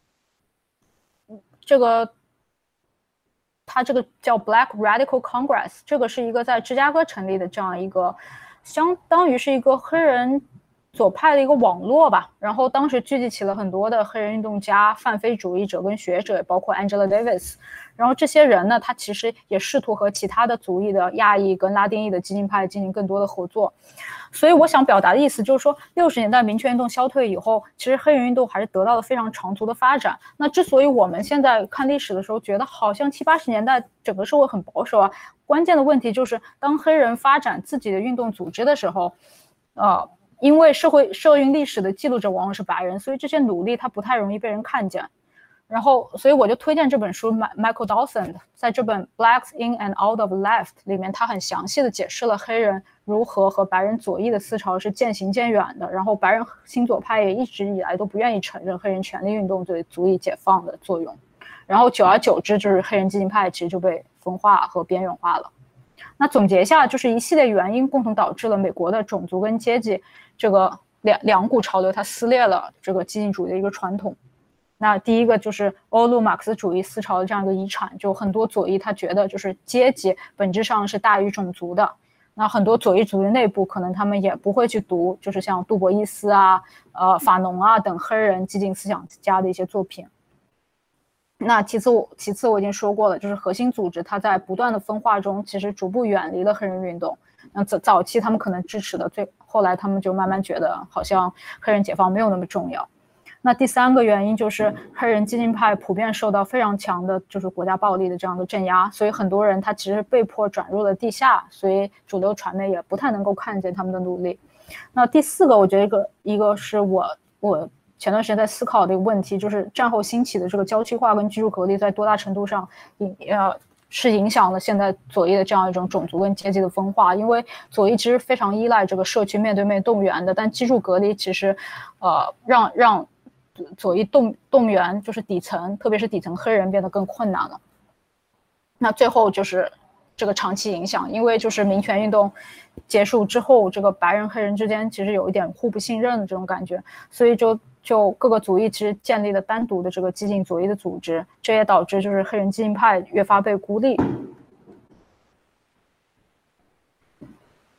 这个它这个叫 Black Radical Congress， 这个是一个在芝加哥成立的这样一个，相当于是一个黑人左派的一个网络吧。然后当时聚集起了很多的黑人运动家、泛非主义者跟学者，包括 Angela Davis。然后这些人呢，他其实也试图和其他的族裔的亚裔跟拉丁裔的激进派进行更多的合作。所以我想表达的意思就是说，六十年代民权运动消退以后，其实黑人运动还是得到了非常长足的发展。那之所以我们现在看历史的时候觉得好像七八十年代整个社会很保守啊，关键的问题就是当黑人发展自己的运动组织的时候，呃，因为社会社运历史的记录者往往是白人，所以这些努力它不太容易被人看见。然后，所以我就推荐这本书 ，Michael Dawson 在这本《Blacks in and Out of Left》里面，他很详细的解释了黑人如何和白人左翼的思潮是渐行渐远的。然后，白人新左派也一直以来都不愿意承认黑人权利运动对族裔解放的作用。然后，久而久之，就是黑人激进派其实就被分化和边缘化了。那总结一下，就是一系列原因共同导致了美国的种族跟阶级这个两两股潮流，它撕裂了这个激进主义的一个传统。那第一个就是欧陆马克思主义思潮的这样一个遗产，就很多左翼他觉得就是阶级本质上是大于种族的。那很多左翼组织内部可能他们也不会去读，就是像杜博伊斯啊、呃法农啊等黑人激进思想家的一些作品。那其次我其次我已经说过了，就是核心组织它在不断的分化中，其实逐步远离了黑人运动。那早早期他们可能支持的，最后来他们就慢慢觉得好像黑人解放没有那么重要。那第三个原因就是黑人激进派普遍受到非常强的就是国家暴力的这样的镇压，所以很多人他其实被迫转入了地下，所以主流传媒也不太能够看见他们的努力。那第四个我觉得一个一个是我我前段时间在思考的一个问题，就是战后兴起的这个郊区化跟居住隔离在多大程度上呃是影响了现在左翼的这样一种种族跟阶级的分化。因为左翼其实非常依赖这个社区面对面动员的，但居住隔离其实呃让让左翼动动员就是底层，特别是底层黑人变得更困难了。那最后就是这个长期影响，因为就是民权运动结束之后，这个白人黑人之间其实有一点互不信任的这种感觉，所以就就各个族裔其实建立了单独的这个激进左翼的组织，这也导致就是黑人激进派越发被孤立。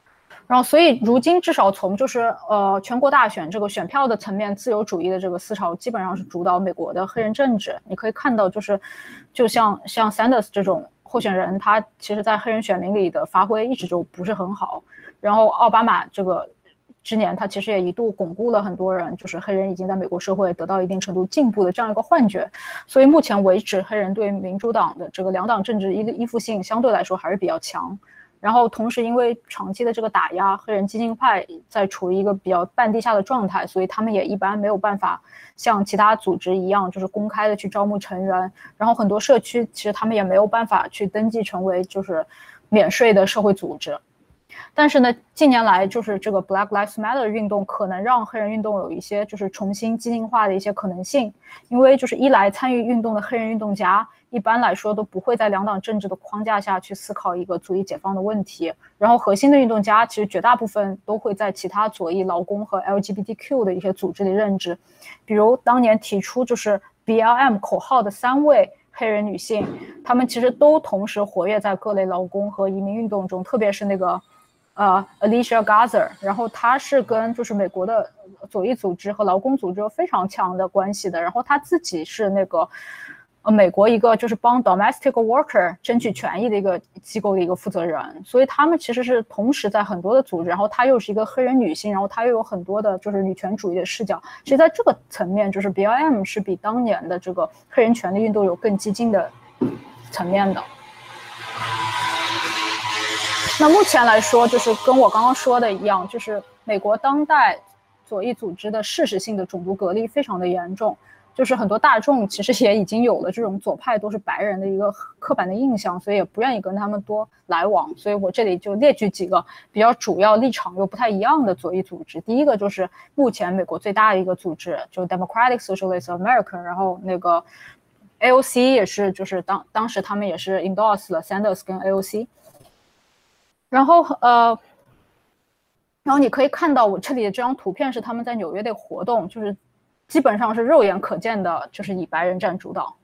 然后，所以如今至少从就是呃全国大选这个选票的层面，自由主义的这个思潮基本上是主导美国的黑人政治。你可以看到，就是就像像 Sanders 这种候选人，他其实在黑人选民里的发挥一直就不是很好。然后奥巴马这个之年，他其实也一度巩固了很多人就是黑人已经在美国社会得到一定程度进步的这样一个幻觉。所以目前为止，黑人对民主党的这个两党政治依依附性相对来说还是比较强。然后同时因为长期的这个打压，黑人激进派在处于一个比较半地下的状态，所以他们也一般没有办法像其他组织一样就是公开的去招募成员。然后很多社区其实他们也没有办法去登记成为就是免税的社会组织。但是呢，近年来就是这个 Black Lives Matter 运动可能让黑人运动有一些就是重新激进化的一些可能性。因为就是一来参与运动的黑人运动家一般来说都不会在两党政治的框架下去思考一个族裔解放的问题，然后核心的运动家其实绝大部分都会在其他左翼劳工和 L G B T Q 的一些组织里任职。比如当年提出就是 B L M 口号的三位黑人女性，她们其实都同时活跃在各类劳工和移民运动中，特别是那个呃 Alicia Garza， 然后她是跟就是美国的左翼组织和劳工组织有非常强的关系的，然后她自己是那个呃美国一个就是帮 domestic worker 争取权益的一个机构的一个负责人，所以他们其实是同时在很多的组织，然后她又是一个黑人女性，然后她又有很多的就是女权主义的视角。其实在这个层面，就是 B L M 是比当年的这个黑人权利运动有更激进的层面的。那目前来说，就是跟我刚刚说的一样，就是美国当代左翼组织的事实性的种族隔离非常的严重，就是很多大众其实也已经有了这种左派都是白人的一个刻板的印象，所以也不愿意跟他们多来往。所以我这里就列举几个比较主要立场又不太一样的左翼组织。第一个就是目前美国最大的一个组织，就 Democratic Socialists of America， 然后那个 A O C 也是，就是当当时他们也是 endorse 了 Sanders 跟 A O C。然后呃，然后你可以看到我这里的这张图片是他们在纽约的活动，就是基本上是肉眼可见的，就是以白人占主导。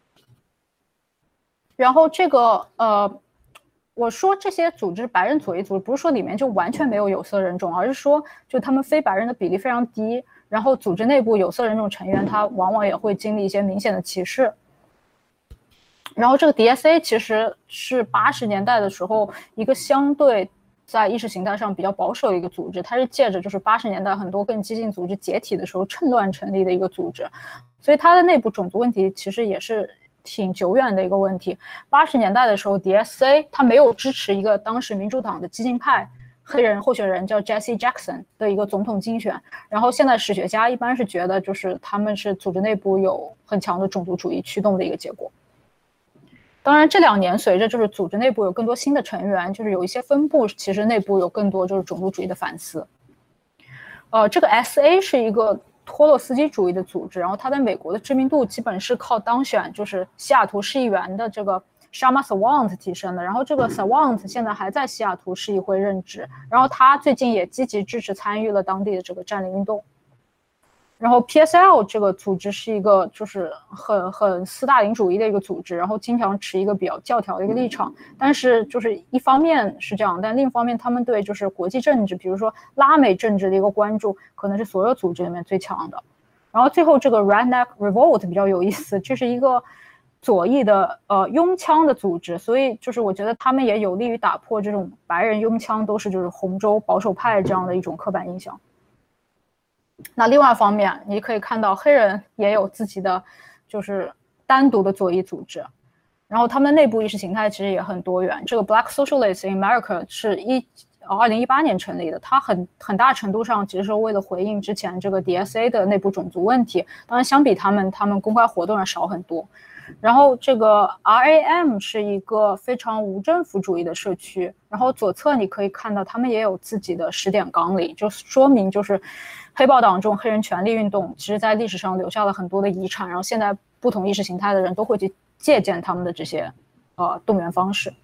然后这个呃，我说这些组织白人左翼组织，不是说里面就完全没有有色人种，而是说就他们非白人的比例非常低，然后组织内部有色人种成员他往往也会经历一些明显的歧视。然后这个 D S A 其实是八十年代的时候一个相对在意识形态上比较保守的一个组织，它是借着就是八十年代很多更激进组织解体的时候趁乱成立的一个组织，所以它的内部种族问题其实也是挺久远的一个问题。八十年代的时候 D S A 它没有支持一个当时民主党的激进派黑人候选人叫 Jesse Jackson 的一个总统竞选，然后现在史学家一般是觉得就是他们是组织内部有很强的种族主义驱动的一个结果。当然这两年随着就是组织内部有更多新的成员，就是有一些分部其实内部有更多就是种族主义的反思。呃，这个 S A 是一个托洛斯基主义的组织，然后它在美国的知名度基本是靠当选就是西雅图市议员的这个 Shama Sawant 提升的，然后这个 Sawant 现在还在西雅图市议会任职，然后他最近也积极支持参与了当地的这个占领运动。然后 P S L 这个组织是一个就是很很斯大林主义的一个组织，然后经常持一个比较教条的一个立场，但是就是一方面是这样，但另一方面他们对就是国际政治比如说拉美政治的一个关注可能是所有组织里面最强的。然后最后这个 Redneck Revolt 比较有意思，这是一个左翼的呃拥枪的组织，所以就是我觉得他们也有利于打破这种白人拥枪都是就是红州保守派这样的一种刻板印象。那另外一方面你可以看到黑人也有自己的就是单独的左翼组织，然后他们的内部意识形态其实也很多元。这个 Black Socialists in America 是一二零一八年成立的，它很很大程度上其实是为了回应之前这个 D S A 的内部种族问题，当然相比他们他们公开活动要少很多。然后这个 R A M 是一个非常无政府主义的社区，然后左侧你可以看到他们也有自己的十点纲领，就说明就是黑豹党这种黑人权利运动其实在历史上留下了很多的遗产，然后现在不同意识形态的人都会去借鉴他们的这些呃动员方式。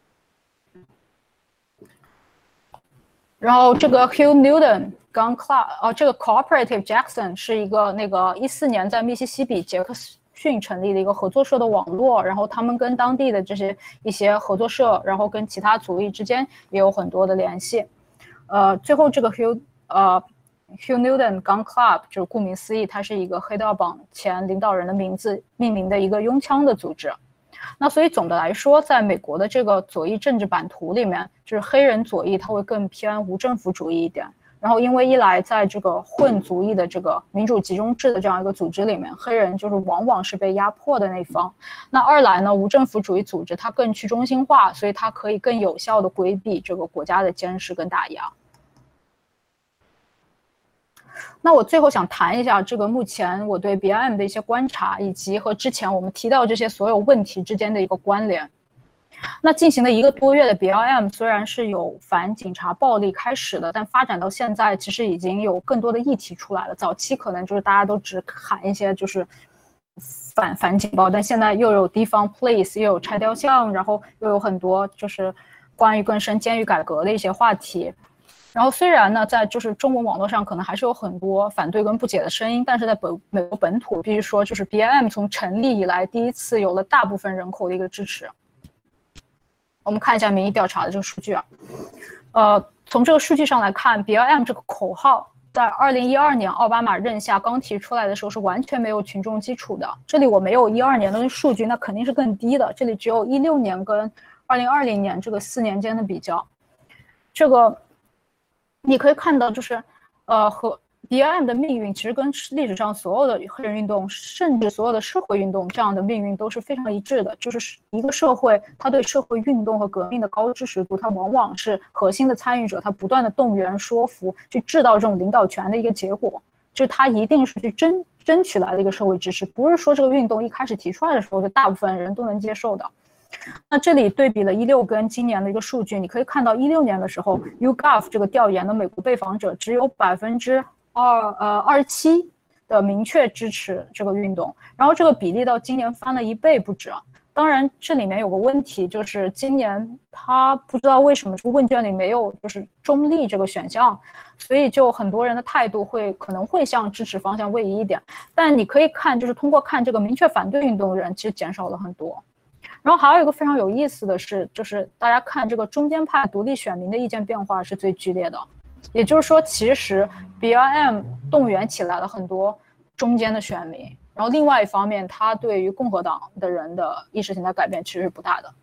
然后这个 Hugh Newton 刚 Clark 哦，这个 Cooperative Jackson 是一个那个一四年在密西西比杰克逊成立的一个合作社的网络，然后他们跟当地的这些一些合作社，然后跟其他族裔之间也有很多的联系。 呃，最后这个 Hugh 呃 Hugh Newton Gun Club 就是顾名思义，它是一个黑道帮前领导人的名字命名的一个拥枪的组织。那所以总的来说，在美国的这个左翼政治版图里面，就是黑人左翼它会更偏无政府主义一点。然后因为一来在这个混族裔的这个民主集中制的这样一个组织里面，黑人就是往往是被压迫的那一方。那二来呢，无政府主义组织它更去中心化，所以它可以更有效的规避这个国家的监视跟打压。那我最后想谈一下这个目前我对 B L M 的一些观察，以及和之前我们提到这些所有问题之间的一个关联。那进行了一个多月的 B L M 虽然是有反警察暴力开始的，但发展到现在其实已经有更多的议题出来了。早期可能就是大家都只喊一些就是反反警暴，但现在又有地方 police， 又有拆雕像，然后又有很多就是关于更深监狱改革的一些话题。然后虽然呢，在就是中文网络上可能还是有很多反对跟不解的声音，但是在本美国本土必须说，就是 B L M 从成立以来第一次有了大部分人口的一个支持。我们看一下民意调查的这个数据啊，呃，从这个数据上来看 ，B L M 这个口号在二零一二年奥巴马任下刚提出来的时候是完全没有群众基础的。这里我没有一二年的数据，那肯定是更低的。这里只有一六年跟二零二零年这个四年间的比较，这个。你可以看到，就是，呃，和 B L M 的命运其实跟历史上所有的黑人运动，甚至所有的社会运动这样的命运都是非常一致的。就是一个社会，它对社会运动和革命的高支持度，它往往是核心的参与者，它不断的动员、说服，去制造这种领导权的一个结果。就是它一定是去争争取来的一个社会支持，不是说这个运动一开始提出来的时候，就大部分人都能接受的。那这里对比了一六跟今年的一个数据，你可以看到一六年的时候 YouGov 这个调研的美国被访者只有百分之二呃二十七的明确支持这个运动，然后这个比例到今年翻了一倍不止。当然这里面有个问题，就是今年他不知道为什么这个问卷里没有就是中立这个选项，所以就很多人的态度会可能会向支持方向位移一点。但你可以看，就是通过看这个明确反对运动的人其实减少了很多。然后还有一个非常有意思的是，就是大家看这个中间派独立选民的意见变化是最剧烈的，也就是说，其实 B L M 动员起来了很多中间的选民，然后另外一方面，他对于共和党的人的意识形态改变其实是不大的。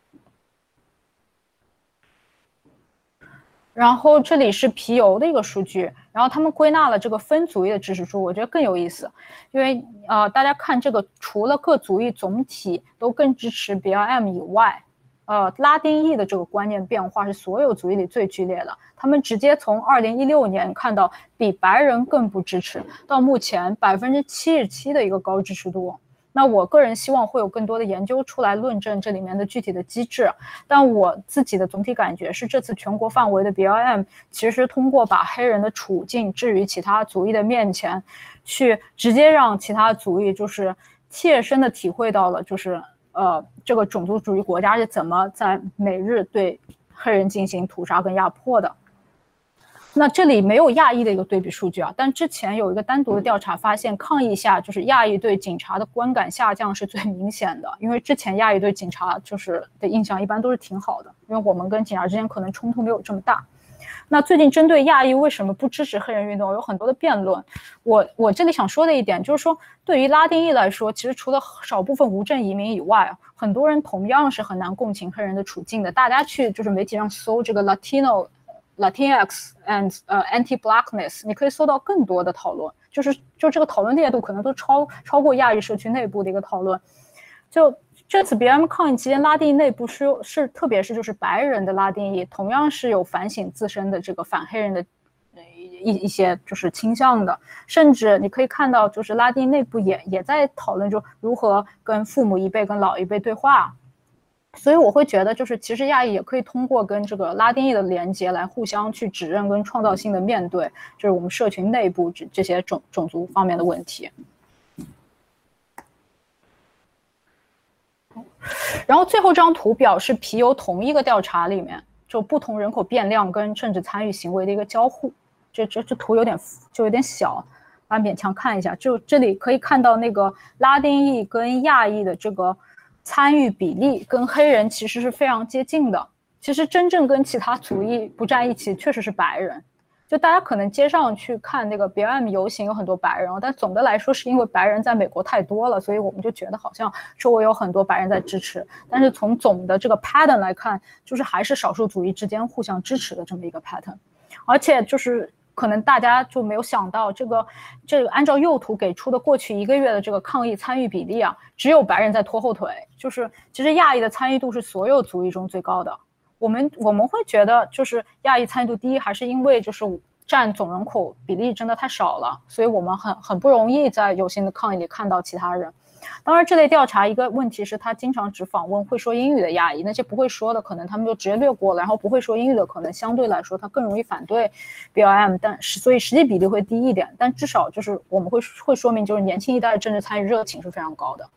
然后这里是皮尤的一个数据，然后他们归纳了这个分族裔的支持度，我觉得更有意思，因为呃，大家看这个，除了各族裔总体都更支持 B L M 以外，呃，拉丁裔的这个观念变化是所有族裔里最剧烈的。他们直接从二零一六年看到比白人更不支持，到目前百分之七十七的一个高支持度。那我个人希望会有更多的研究出来论证这里面的具体的机制，但我自己的总体感觉是，这次全国范围的 B L M 其实通过把黑人的处境置于其他族裔的面前，去直接让其他族裔就是切身的体会到了，就是呃这个种族主义国家是怎么在每日对黑人进行屠杀跟压迫的。那这里没有亚裔的一个对比数据啊，但之前有一个单独的调查发现，抗议下就是亚裔对警察的观感下降是最明显的，因为之前亚裔对警察就是的印象一般都是挺好的，因为我们跟警察之间可能冲突没有这么大。那最近针对亚裔为什么不支持黑人运动有很多的辩论，我我这里想说的一点就是说，对于拉丁裔来说，其实除了少部分无证移民以外，很多人同样是很难共情黑人的处境的。大家去就是媒体上搜这个 Latino。Latinx and 呃、uh, anti-blackness， 你可以搜到更多的讨论，就是就这个讨论烈度可能都超超过亚裔社区内部的一个讨论。就这次 B L M 抗议期间，拉丁裔内部是是特别是就是白人的拉丁裔，同样是有反省自身的这个反黑人的一一些就是倾向的，甚至你可以看到就是拉丁裔内部也也在讨论就如何跟父母一辈跟老一辈对话。所以我会觉得，就是其实亚裔也可以通过跟这个拉丁裔的连接来互相去指认跟创造性的面对，就是我们社群内部这这些种种族方面的问题。然后最后这张图表是皮尤同一个调查里面就不同人口变量跟政治参与行为的一个交互。这这这图有点就有点小，把勉强看一下。就这里可以看到那个拉丁裔跟亚裔的这个参与比例跟黑人其实是非常接近的， 其实真正跟其他族裔不站一起，确实是白人。就大家可能街上去看那个 B L M 游行有很多白人，但总的来说是因为白人在美国太多了，所以我们就觉得好像周围有很多白人在支持。但是从总的这个 pattern 来看，就是还是少数族裔之间互相支持的这么一个 pattern。而且就是可能大家就没有想到，这个这个按照右图给出的过去一个月的这个抗议参与比例啊，只有白人在拖后腿。就是其实亚裔的参与度是所有族裔中最高的。我们我们会觉得就是亚裔参与度低，还是因为就是占总人口比例真的太少了，所以我们很很不容易在游行的抗议里看到其他人。当然这类调查一个问题是他经常只访问会说英语的亚裔，那些不会说的可能他们就直接略过了，然后不会说英语的可能相对来说他更容易反对 B L M， 但是所以实际比例会低一点，但至少就是我们会会说明就是年轻一代的政治参与热情是非常高的。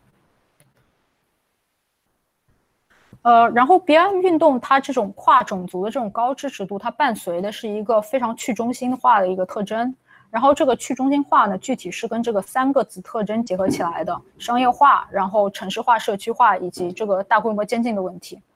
呃，然后 B L M 运动它这种跨种族的这种高支持度，它伴随的是一个非常去中心化的一个特征。然后这个去中心化呢，具体是跟这个三个子特征结合起来的：商业化，然后城市化、社区化，以及这个大规模监禁的问题。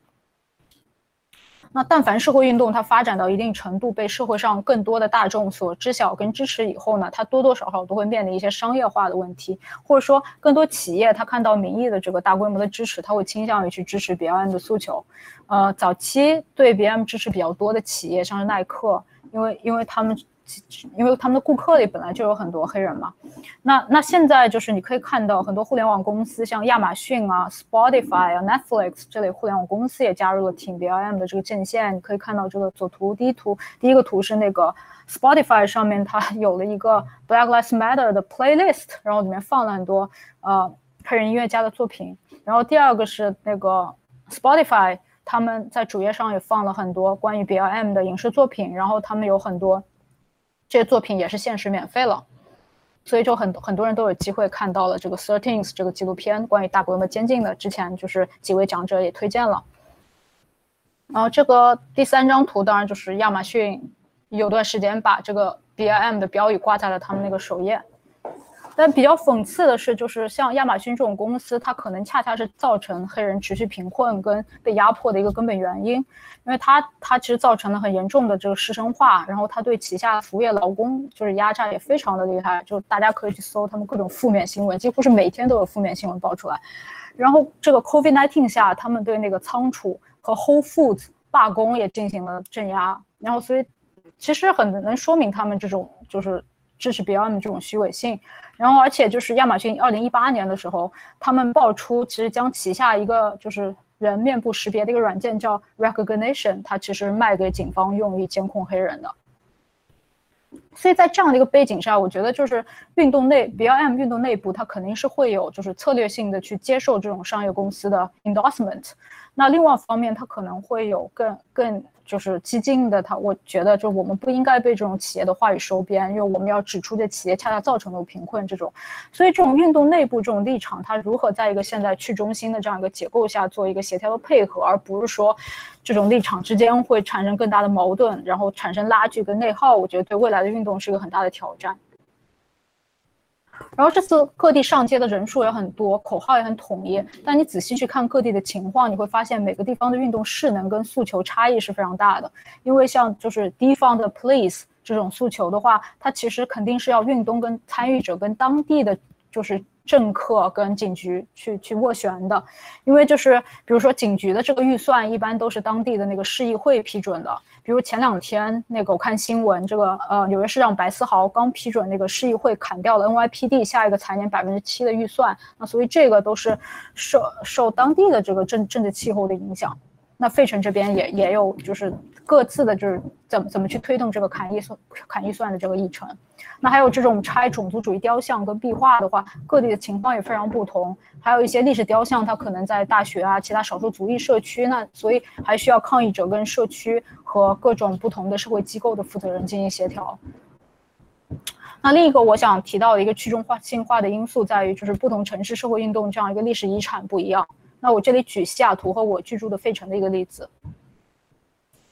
那但凡社会运动它发展到一定程度，被社会上更多的大众所知晓跟支持以后呢，它多多少少都会面临一些商业化的问题，或者说更多企业它看到民意的这个大规模的支持，它会倾向于去支持 B L M 的诉求。呃，早期对 B L M 支持比较多的企业，像是耐克，因为因为他们。因为他们的顾客里本来就有很多黑人嘛，那那现在就是你可以看到很多互联网公司，像亚马逊啊、Spotify 啊、Netflix 这类互联网公司也加入了挺 B L M 的这个阵线。你可以看到这个左图第一图，第一个图是那个 Spotify 上面它有了一个 Black Lives Matter 的 playlist， 然后里面放了很多呃黑人音乐家的作品。然后第二个是那个 Spotify， 他们在主页上也放了很多关于 B L M 的影视作品，然后他们有很多。这些作品也是限时免费了，所以就很很多人都有机会看到了这个 thirteens 这个纪录片，关于大规模监禁的，之前就是几位讲者也推荐了。然后这个第三张图当然就是亚马逊有段时间把这个 B L M 的标语挂在了他们那个首页。但比较讽刺的是，就是像亚马逊这种公司，它可能恰恰是造成黑人持续贫困跟被压迫的一个根本原因，因为它它其实造成了很严重的这个师生化，然后它对旗下服务业劳工就是压榨也非常的厉害，就大家可以去搜他们各种负面新闻，几乎是每天都有负面新闻爆出来。然后这个 COVID 十九 下，他们对那个仓储和 Whole Foods 罢工也进行了镇压，然后所以其实很能说明他们这种就是支持 B L M 这种虚伪性。然后而且就是亚马逊二零一八年的时候，他们爆出其实将旗下一个就是人面部识别的一个软件叫 Recognition， 它其实卖给警方用于监控黑人的。所以在这样的一个背景下，我觉得就是运动内 B L M 运动内部它肯定是会有就是策略性的去接受这种商业公司的 endorsement。那另外一方面，它可能会有更更就是激进的，它我觉得就我们不应该被这种企业的话语收编，因为我们要指出这企业恰恰造成了贫困这种。所以这种运动内部这种立场，它如何在一个现在去中心的这样一个结构下做一个协调的配合，而不是说这种立场之间会产生更大的矛盾，然后产生拉锯跟内耗，我觉得对未来的运动是一个很大的挑战。然后这次各地上街的人数也很多，口号也很统一，但你仔细去看各地的情况，你会发现每个地方的运动势能跟诉求差异是非常大的。因为像就是地方的 police 这种诉求的话，它其实肯定是要运动跟参与者跟当地的就是政客跟警局去去斡旋的，因为就是比如说警局的这个预算一般都是当地的那个市议会批准的。比如前两天那个我看新闻，这个呃纽约市长白思豪刚批准那个市议会砍掉了 N Y P D 下一个财年百分之七的预算，那所以这个都是受受当地的这个政政治气候的影响。那费城这边也也有就是各自的就是怎么怎么去推动这个砍预算砍预算的这个议程。那还有这种拆种族主义雕像跟壁画的话，各地的情况也非常不同。还有一些历史雕像，它可能在大学啊、其他少数族裔社区，那所以还需要抗议者跟社区和各种不同的社会机构的负责人进行协调。那另一个我想提到的一个去中心化的因素在于，就是不同城市社会运动这样一个历史遗产不一样。那我这里举西雅图和我居住的费城的一个例子。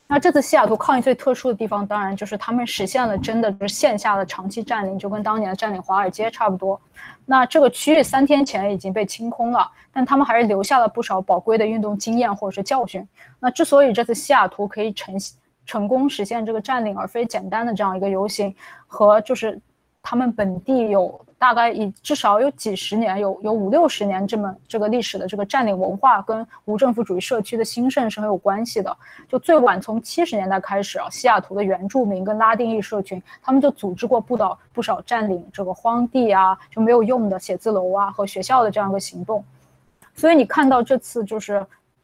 那这次西雅图抗议最特殊的地方，当然就是他们实现了真的就是线下的长期占领，就跟当年的占领华尔街差不多。那这个区域三天前已经被清空了，但他们还是留下了不少宝贵的运动经验或者是教训。那之所以这次西雅图可以成成功实现这个占领而非简单的这样一个游行，和就是他们本地有大概以至少有几十年，有有五六十年这么这个历史的这个占领文化跟无政府主义社区的兴盛是很有关系的。就最晚从七十年代开始啊，西雅图的原住民跟拉丁裔社群，他们就组织过不少不少占领这个荒地啊，就没有用的写字楼啊和学校的这样一个行动。所以你看到这次就是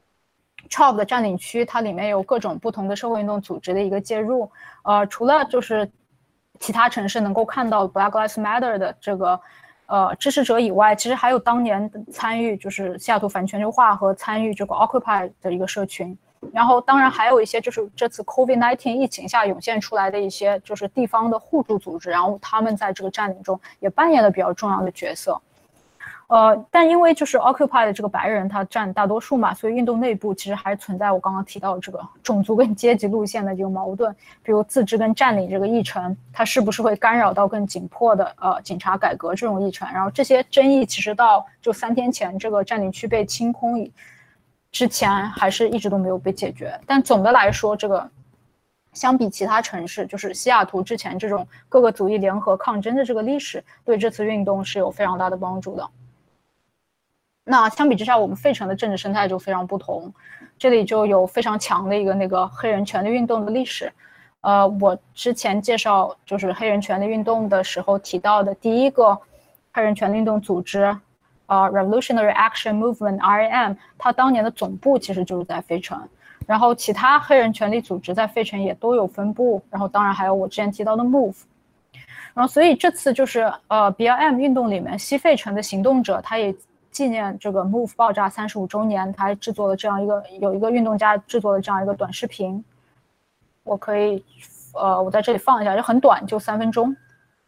C H O P 的占领区，它里面有各种不同的社会运动组织的一个介入，呃，除了就是其他城市能够看到 Black Lives Matter 的这个呃支持者以外，其实还有当年参与就是西雅图反全球化和参与这个 Occupy 的一个社群，然后当然还有一些就是这次 COVID 十九 疫情下涌现出来的一些就是地方的互助组织，然后他们在这个占领中也扮演了比较重要的角色。呃，但因为就是 Occupy 的这个白人他占大多数嘛，所以运动内部其实还存在我刚刚提到的这个种族跟阶级路线的这个矛盾，比如自治跟占领这个议程，它是不是会干扰到更紧迫的呃警察改革这种议程，然后这些争议其实到就三天前这个占领区被清空之前还是一直都没有被解决。但总的来说，这个相比其他城市，就是西雅图之前这种各个族裔联合抗争的这个历史，对这次运动是有非常大的帮助的。那相比之下，我们费城的政治生态就非常不同，这里就有非常强的一个那个黑人权利运动的历史。呃，我之前介绍就是黑人权利运动的时候提到的第一个黑人权利运动组织，呃 ，Revolutionary Action Movement R A M， 它当年的总部其实就是在费城，然后其他黑人权利组织在费城也都有分部，然后当然还有我之前提到的 Move。然后所以这次就是呃 B L M 运动里面西费城的行动者，他也纪念这个 Move 爆炸三十五周年，他还制作了这样一个有一个运动家制作了这样一个短视频，我可以呃我在这里放一下，就很短，就三分钟。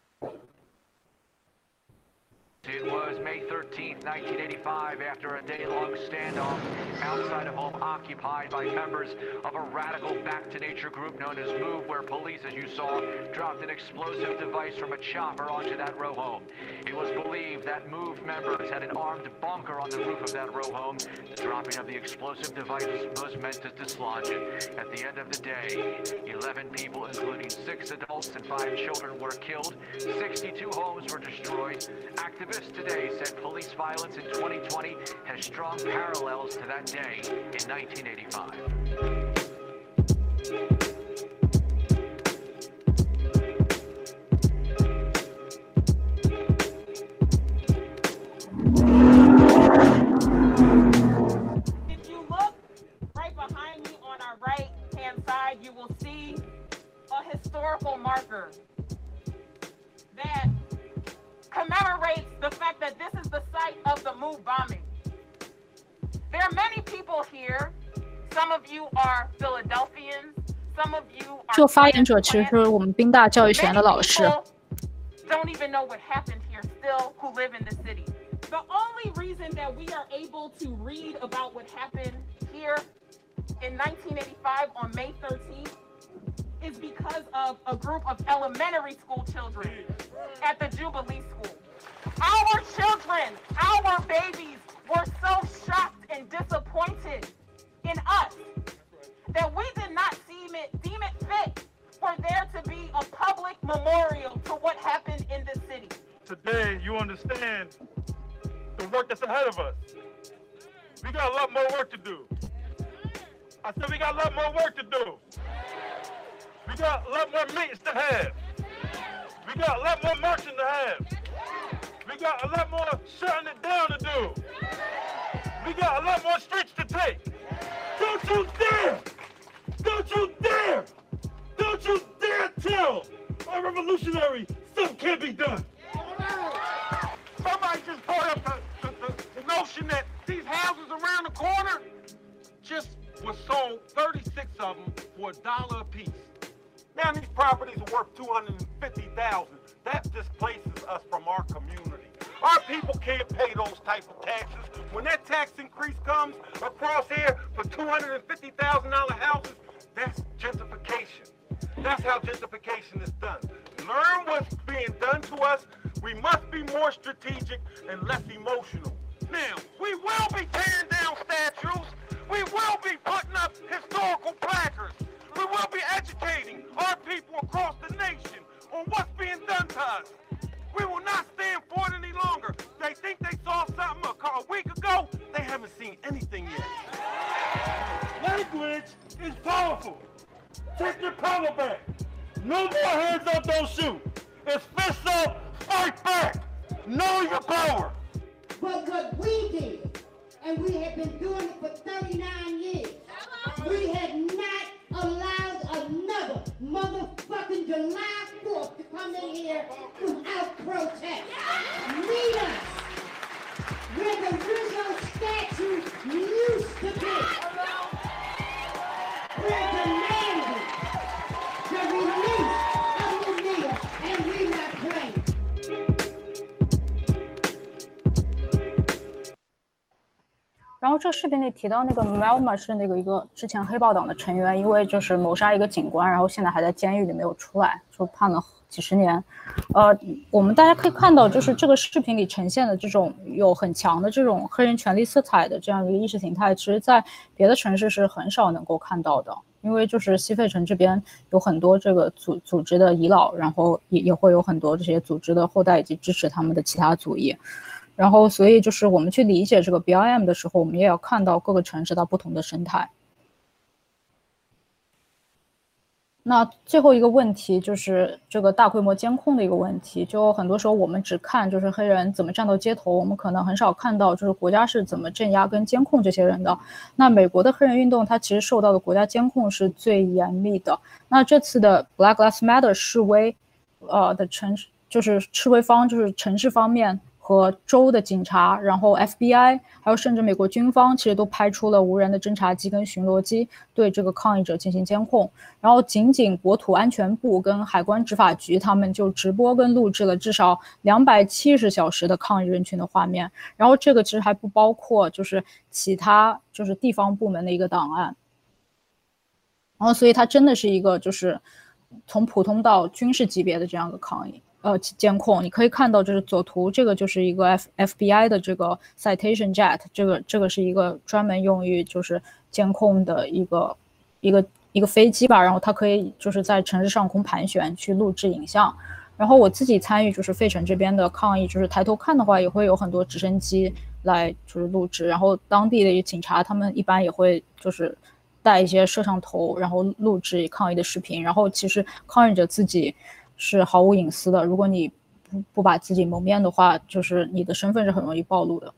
It was May thirteenth, nineteen eighty-five, after a day-long standoff outside a home occupied by members of a radical back-to-nature group known as Move, where police, as you saw, dropped an explosive device from a chopper onto that row home. It was believed that Move members had an armed bunker on the roof of that row home. The dropping of the explosive device was meant to dislodge it. At the end of the day, eleven people, including six adults and five children, were killed. sixty-two homes were destroyed. Activists today said police violence in twenty twenty has strong parallels to that day in nineteen eighty-five. If you look right behind me on our right-hand side, you will see a historical marker that commemorates the fact that this is the site of the Move bombing. There are many people here. Some of you are Philadelphians. Some of you are. 这个发言者其实是我们宾大教育学院的老师。 Don't even know what happened here still who live in the city. The only reason that we are able to read about what happened here in nineteen eighty-five on May thirteenth is because of a group of elementary school children at the Jubilee School. Our children, our babies were so shocked and disappointed in us that we did not deem it, deem it fit for there to be a public memorial to what happened in this city. Today, you understand the work that's ahead of us. We got a lot more work to do. I said we got a lot more work to do. We got a lot more meetings to have. We got a lot more marching to have. We got a lot more shutting it down to do. We got a lot more streets to take. Don't you dare! Don't you dare! Don't you dare tell our revolutionary something can't be done. Somebody just brought up the, the, the, the notion that these houses around the corner just was sold, thirty-six of them, for a dollar a piece. Now these properties are worth two hundred fifty thousand dollars. That displaces us from our community. Our people can't pay those type of taxes. When that tax increase comes across here for two hundred fifty thousand dollars houses, That's gentrification. That's how gentrification is done. Learn what's being done to us. We must be more strategic and less emotional. Now, we will be tearing down statues. We will be putting up historical placards. We will be educating our people across the nation on what's being done to us. We will not stand for it any longer. They think they saw something a, a week ago. They haven't seen anything yet. Language is powerful. Take your power back. No more hands up, don't shoot. It's fists up, fight back. Know your power. But what we did, and we have been doing it for thirty-nine years, we have not allowed another motherfucking July fourth to come in here without protest. Meet us where the Rizzo statue used to be. We're demanding the release of the mayor, and we're not playing. 然后这视频里提到那个 Melma 是那个一个之前黑豹党的成员，因为就是谋杀一个警官，然后现在还在监狱里没有出来，就判了几十年。呃，我们大家可以看到，就是这个视频里呈现的这种有很强的这种黑人权利色彩的这样一个意识形态，其实在别的城市是很少能够看到的。因为就是西费城这边有很多这个组组织的遗老，然后也也会有很多这些组织的后代以及支持他们的其他族裔。然后，所以就是我们去理解这个 B L M 的时候，我们也要看到各个城市它不同的生态。那最后一个问题就是这个大规模监控的一个问题，就很多时候我们只看就是黑人怎么站到街头，我们可能很少看到就是国家是怎么镇压跟监控这些人的。那美国的黑人运动它其实受到的国家监控是最严密的。那这次的 Black Lives Matter 示威，呃的城就是示威方就是城市方面和州的警察，然后 F B I， 还有甚至美国军方，其实都派出了无人的侦察机跟巡逻机对这个抗议者进行监控。然后仅仅国土安全部跟海关执法局他们就直播跟录制了至少两百七十小时的抗议人群的画面。然后这个其实还不包括就是其他就是地方部门的一个档案。然后所以它真的是一个就是从普通到军事级别的这样的抗议。呃，监控你可以看到，就是左图这个就是一个 F FBI 的这个 Citation Jet， 这个这个是一个专门用于就是监控的一个一个一个飞机吧，然后它可以就是在城市上空盘旋去录制影像。然后我自己参与就是费城这边的抗议，就是抬头看的话也会有很多直升机来就是录制，然后当地的警察他们一般也会就是带一些摄像头，然后录制抗议的视频。然后其实抗议者自己是毫无隐私的，如果你不不把自己蒙面的话，就是你的身份是很容易暴露的。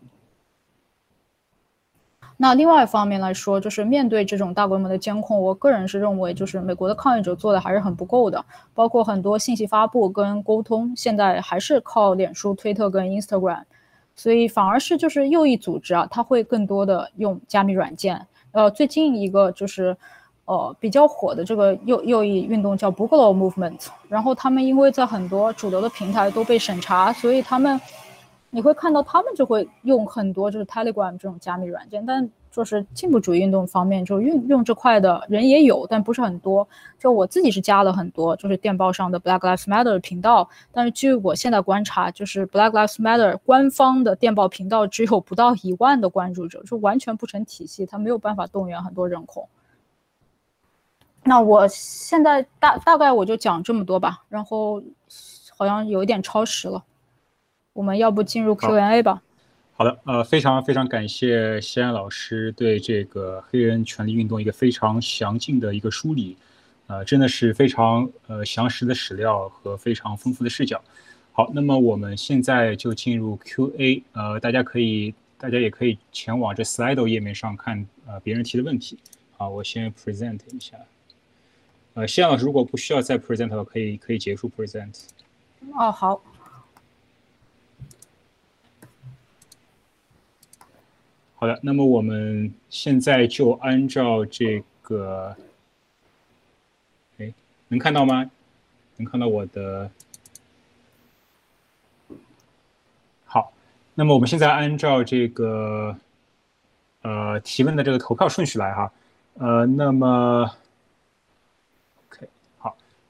那另外一方面来说，就是面对这种大规模的监控，我个人是认为就是美国的抗议者做的还是很不够的，包括很多信息发布跟沟通现在还是靠脸书、推特跟 Instagram， 所以反而是就是右翼组织啊，它会更多的用加密软件。呃，最近一个就是呃，比较火的这个右右翼运动叫 Boogaloo Movement， 然后他们因为在很多主流的平台都被审查，所以他们你会看到他们就会用很多就是 Telegram 这种加密软件，但就是进步主义运动方面就用用这块的人也有，但不是很多。就我自己是加了很多就是电报上的 Black Lives Matter 的频道，但是据我现在观察，就是 Black Lives Matter 官方的电报频道只有不到一万的关注者，就完全不成体系，它没有办法动员很多人口。那我现在大大概我就讲这么多吧，然后好像有一点超时了，我们要不进入 Q and A 吧？ 好的，呃，非常非常感谢西安老师对这个黑人权利运动一个非常详尽的一个梳理，呃，真的是非常呃详实的史料和非常丰富的视角。好，那么我们现在就进入 Q A， 呃，大家可以大家也可以前往这 Slido 页面上看呃别人提的问题。好，我先 present 一下。呃，西安老师如果不需要再 present 的话，可以可以结束 present。 哦，好。 好的，那么我们现在就按照这个，哎，能看到吗？能看到我的？好，那么我们现在按照这个，呃，提问的这个投票顺序来哈，呃，那么。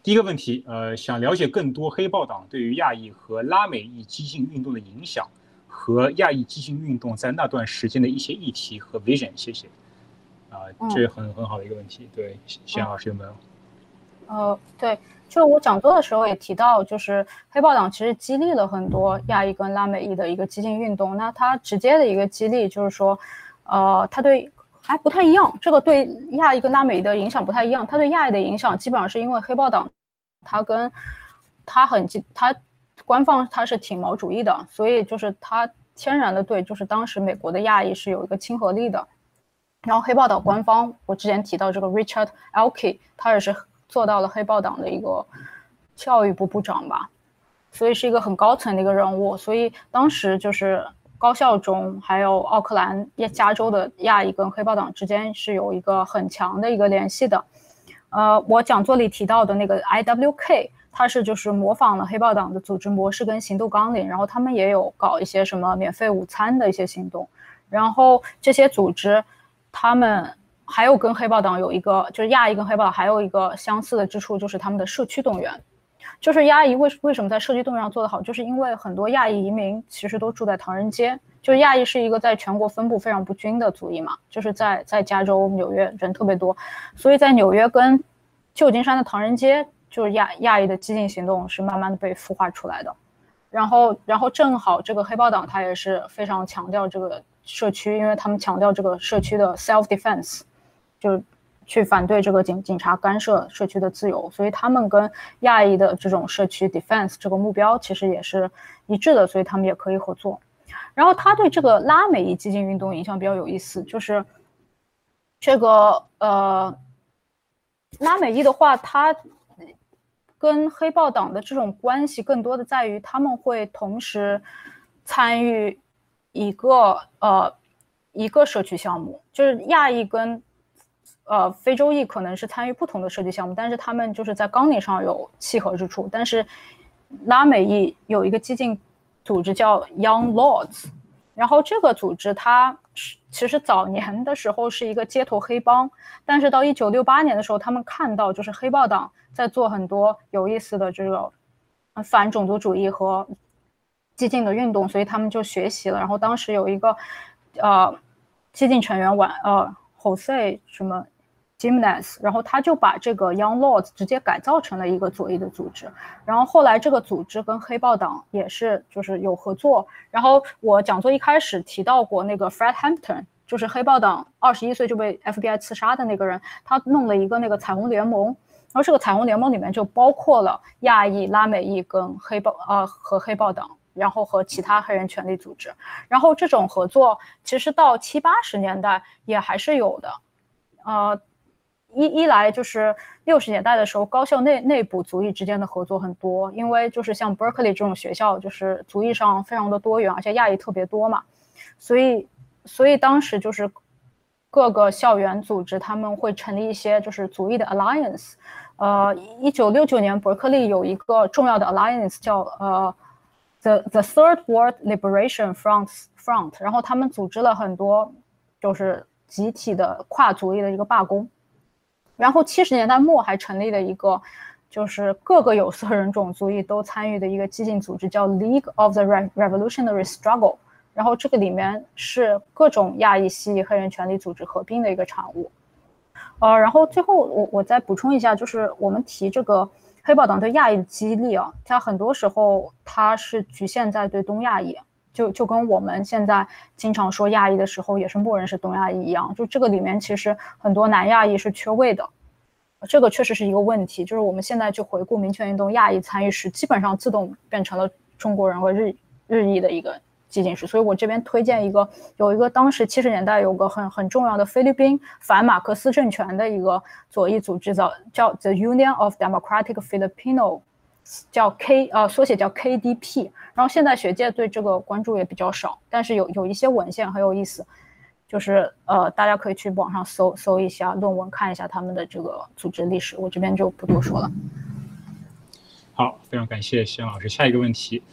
第一个问题，呃，想了解更多黑豹党对于亚裔和拉美裔激进运动的影响，和亚裔激进运动在那段时间的一些议题和 vision。谢谢。啊、呃，这很很好的一个问题。对，谢老师有没有？ 呃，对，就我讲座的时候也提到，就是黑豹党其实激励了很多亚裔跟拉美裔的一个激进运动。那它直接的一个激励就是说，呃，它对还不太一样，这个对亚裔跟拉美裔的影响不太一样。它对亚裔的影响基本上是因为黑豹党，它跟它很它官方它是挺毛主义的，所以就是它天然的对就是当时美国的亚裔是有一个亲和力的。然后黑豹党官方，我之前提到这个 Richard Elkey， 他也是做到了黑豹党的一个教育部部长吧，所以是一个很高层的一个人物。所以当时就是高校中还有奥克兰、加州的亚裔跟黑豹党之间是有一个很强的一个联系的。呃，我讲座里提到的那个 I W K， 它是就是模仿了黑豹党的组织模式跟行动纲领，然后他们也有搞一些什么免费午餐的一些行动。然后这些组织他们还有跟黑豹党有一个，就是亚裔跟黑豹党还有一个相似的之处，就是他们的社区动员。就是亚裔为为什么在社区动员上做得好，就是因为很多亚裔移民其实都住在唐人街。就是亚裔是一个在全国分布非常不均的族裔嘛，就是在在加州、纽约人特别多，所以在纽约跟旧金山的唐人街，就是亚亚裔的激进行动是慢慢的被孵化出来的。然后然后正好这个黑豹党它也是非常强调这个社区，因为他们强调这个社区的 self defense， 就去反对这个警警察干涉社区的自由，所以他们跟亚裔的这种社区 defense 这个目标其实也是一致的，所以他们也可以合作。然后他对这个拉美裔激进运动影响比较有意思，就是这个呃拉美裔的话，他跟黑豹党的这种关系更多的在于他们会同时参与一个呃一个社区项目，就是亚裔跟呃非洲裔可能是参与不同的社区项目，但是他们就是在纲领上有契合之处。但是拉美裔有一个激进组织叫 Young Lords， 然后这个组织它其实早年的时候是一个街头黑帮，但是到一九六八年的时候，他们看到就是黑豹党在做很多有意思的这个反种族主义和激进的运动，所以他们就学习了。然后当时有一个呃激进成员晚呃 Jose 什么 Jimenez， 然后他就把这个 Young Lords 直接改造成了一个左翼的组织。然后后来这个组织跟黑豹党也是就是有合作。然后我讲座一开始提到过那个 Fred Hampton， 就是黑豹党二十一岁就被 F B I 刺杀的那个人，他弄了一个那个彩虹联盟。然后这个彩虹联盟里面就包括了亚裔、拉美裔跟黑豹呃和黑豹党，然后和其他黑人权利组织。然后这种合作其实到七八十年代也还是有的。呃，一一来就是六十年代的时候，高校内内部族裔之间的合作很多，因为就是像 Berkeley 这种学校，就是族裔上非常的多元，而且亚裔特别多嘛，所以所以当时就是各个校园组织他们会成立一些就是族裔的 alliance。呃，一九六九年伯克利有一个重要的 alliance 叫呃 the the Third World Liberation Front Front， 然后他们组织了很多就是集体的跨族裔的一个罢工。然后七十年代末还成立了一个就是各个有色人种族裔都参与的一个激进组织叫 League of the Revolutionary Struggle， 然后这个里面是各种亚裔、西裔、黑人权利组织合并的一个产物。呃，然后最后我我再补充一下，就是我们提这个黑豹党对亚裔的激励啊，它很多时候它是局限在对东亚裔，就就跟我们现在经常说亚裔的时候也是默认是东亚裔一样，就这个里面其实很多南亚裔是缺位的，这个确实是一个问题。就是我们现在去回顾民权运动亚裔参与史，基本上自动变成了中国人和日日裔的一个激进史。所以我这边推荐一个有一个当时七十年代有个很很重要的菲律宾反马克思政权的一个左翼组织叫叫 The Union of Democratic Filipino， 叫 K 呃缩写叫 K D P。然后现在学界对这个关注也比较少，但是有有一些文献很有意思，就是呃大家可以去网上搜搜一下论文，看一下他们的这个组织历史，我这边就不多说了。 好，非常感谢谢老师。下一个问题，